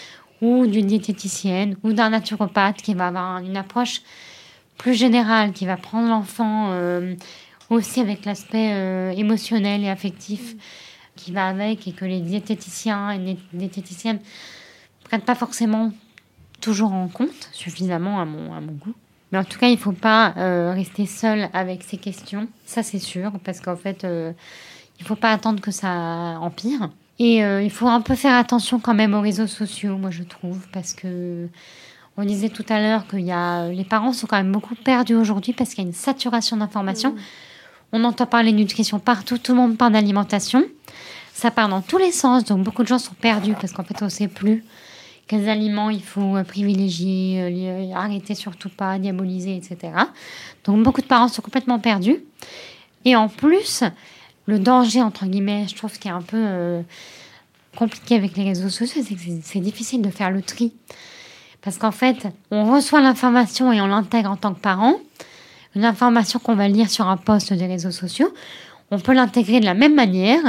ou d'une diététicienne ou d'un naturopathe qui va avoir une approche plus générale, qui va prendre l'enfant euh, aussi avec l'aspect euh, émotionnel et affectif qui va avec, et que les diététiciens et les diététiciennes ne prennent pas forcément toujours en compte, suffisamment à mon, à mon goût. Mais en tout cas, il ne faut pas euh, rester seul avec ces questions, ça c'est sûr, parce qu'en fait, euh, il ne faut pas attendre que ça empire. Et euh, il faut un peu faire attention quand même aux réseaux sociaux, moi je trouve, parce que on disait tout à l'heure que y a, les parents sont quand même beaucoup perdus aujourd'hui parce qu'il y a une saturation d'informations. Mmh. On entend parler de nutrition partout, tout le monde parle d'alimentation. Ça part dans tous les sens, donc beaucoup de gens sont perdus parce qu'en fait, on ne sait plus quels aliments il faut privilégier, arrêter surtout pas, diaboliser, et cetera. Donc beaucoup de parents sont complètement perdus. Et en plus, le danger, entre guillemets, je trouve ce qui est un peu euh, compliqué avec les réseaux sociaux, c'est que c'est, c'est difficile de faire le tri. Parce qu'en fait, on reçoit l'information et on l'intègre en tant que parent. Une information qu'on va lire sur un post des réseaux sociaux, on peut l'intégrer de la même manière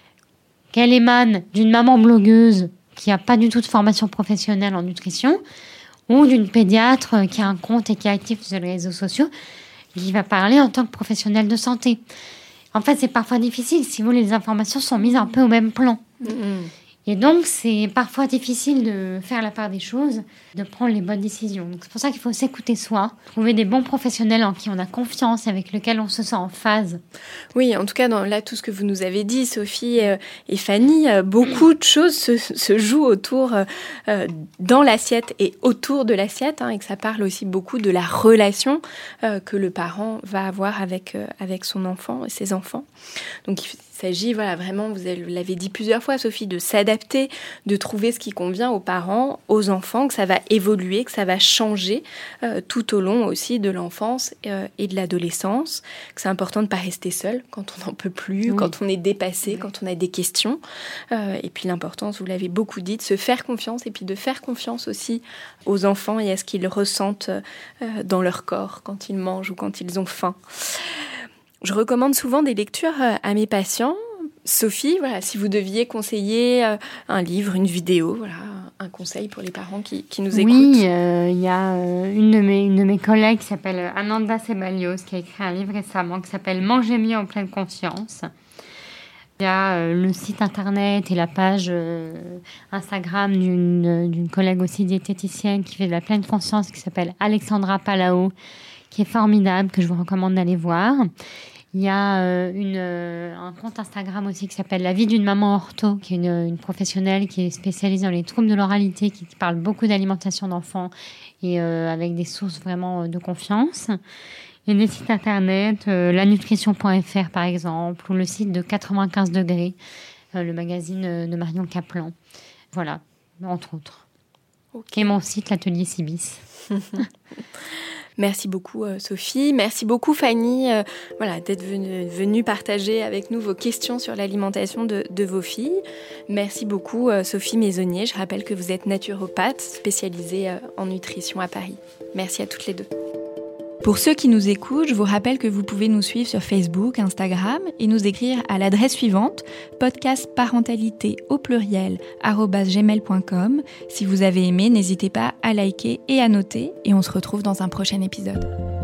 qu'elle émane d'une maman blogueuse qui n'a pas du tout de formation professionnelle en nutrition ou d'une pédiatre qui a un compte et qui est active sur les réseaux sociaux qui va parler en tant que professionnel de santé. En fait, c'est parfois difficile si vous voulez, les informations sont mises un peu au même plan. Mmh. Et donc, c'est parfois difficile de faire la part des choses, de prendre les bonnes décisions. Donc, c'est pour ça qu'il faut s'écouter soi, trouver des bons professionnels en qui on a confiance et avec lesquels on se sent en phase. Oui, en tout cas, dans là, tout ce que vous nous avez dit, Sophie euh, et Fanny, euh, beaucoup de choses se, se jouent autour, euh, dans l'assiette et autour de l'assiette, hein, et que ça parle aussi beaucoup de la relation euh, que le parent va avoir avec, euh, avec son enfant et ses enfants. Donc, il Il s'agit voilà, vraiment, vous l'avez dit plusieurs fois, Sophie, de s'adapter, de trouver ce qui convient aux parents, aux enfants, que ça va évoluer, que ça va changer euh, tout au long aussi de l'enfance euh, et de l'adolescence, que c'est important de ne pas rester seul quand on n'en peut plus, oui. quand on est dépassé, oui. quand on a des questions. Euh, et puis l'importance, vous l'avez beaucoup dit, de se faire confiance et puis de faire confiance aussi aux enfants et à ce qu'ils ressentent euh, dans leur corps quand ils mangent ou quand ils ont faim. Je recommande souvent des lectures à mes patients. Sophie, voilà, si vous deviez conseiller un livre, une vidéo, voilà, un conseil pour les parents qui, qui nous écoutent. Oui, il euh, y a une de, mes, une de mes collègues qui s'appelle Ananda Sebalios qui a écrit un livre récemment qui s'appelle « Manger mieux en pleine conscience ». Il y a euh, le site internet et la page euh, Instagram d'une, d'une collègue aussi diététicienne qui fait de la pleine conscience qui s'appelle Alexandra Palao, qui est formidable, que je vous recommande d'aller voir. Il y a euh, une, euh, un compte Instagram aussi qui s'appelle La vie d'une maman ortho, qui est une, une professionnelle qui est spécialisée dans les troubles de l'oralité, qui, qui parle beaucoup d'alimentation d'enfants et euh, avec des sources vraiment de confiance. Il y a des sites internet, euh, la nutrition point f r par exemple, ou le site de quatre-vingt-quinze degrés, euh, le magazine de Marion Kaplan. Voilà, entre autres. Okay. Et mon site, l'atelier Sibis. Merci beaucoup euh, Sophie, merci beaucoup Fanny euh, voilà, d'être venue, venue partager avec nous vos questions sur l'alimentation de, de vos filles. Merci beaucoup euh, Sophie Maisonnier, je rappelle que vous êtes naturopathe spécialisée euh, en nutrition à Paris. Merci à toutes les deux. Pour ceux qui nous écoutent, je vous rappelle que vous pouvez nous suivre sur Facebook, Instagram et nous écrire à l'adresse suivante podcastparentalité au pluriel arobase gmail point com. Si vous avez aimé, n'hésitez pas à liker et à noter et on se retrouve dans un prochain épisode.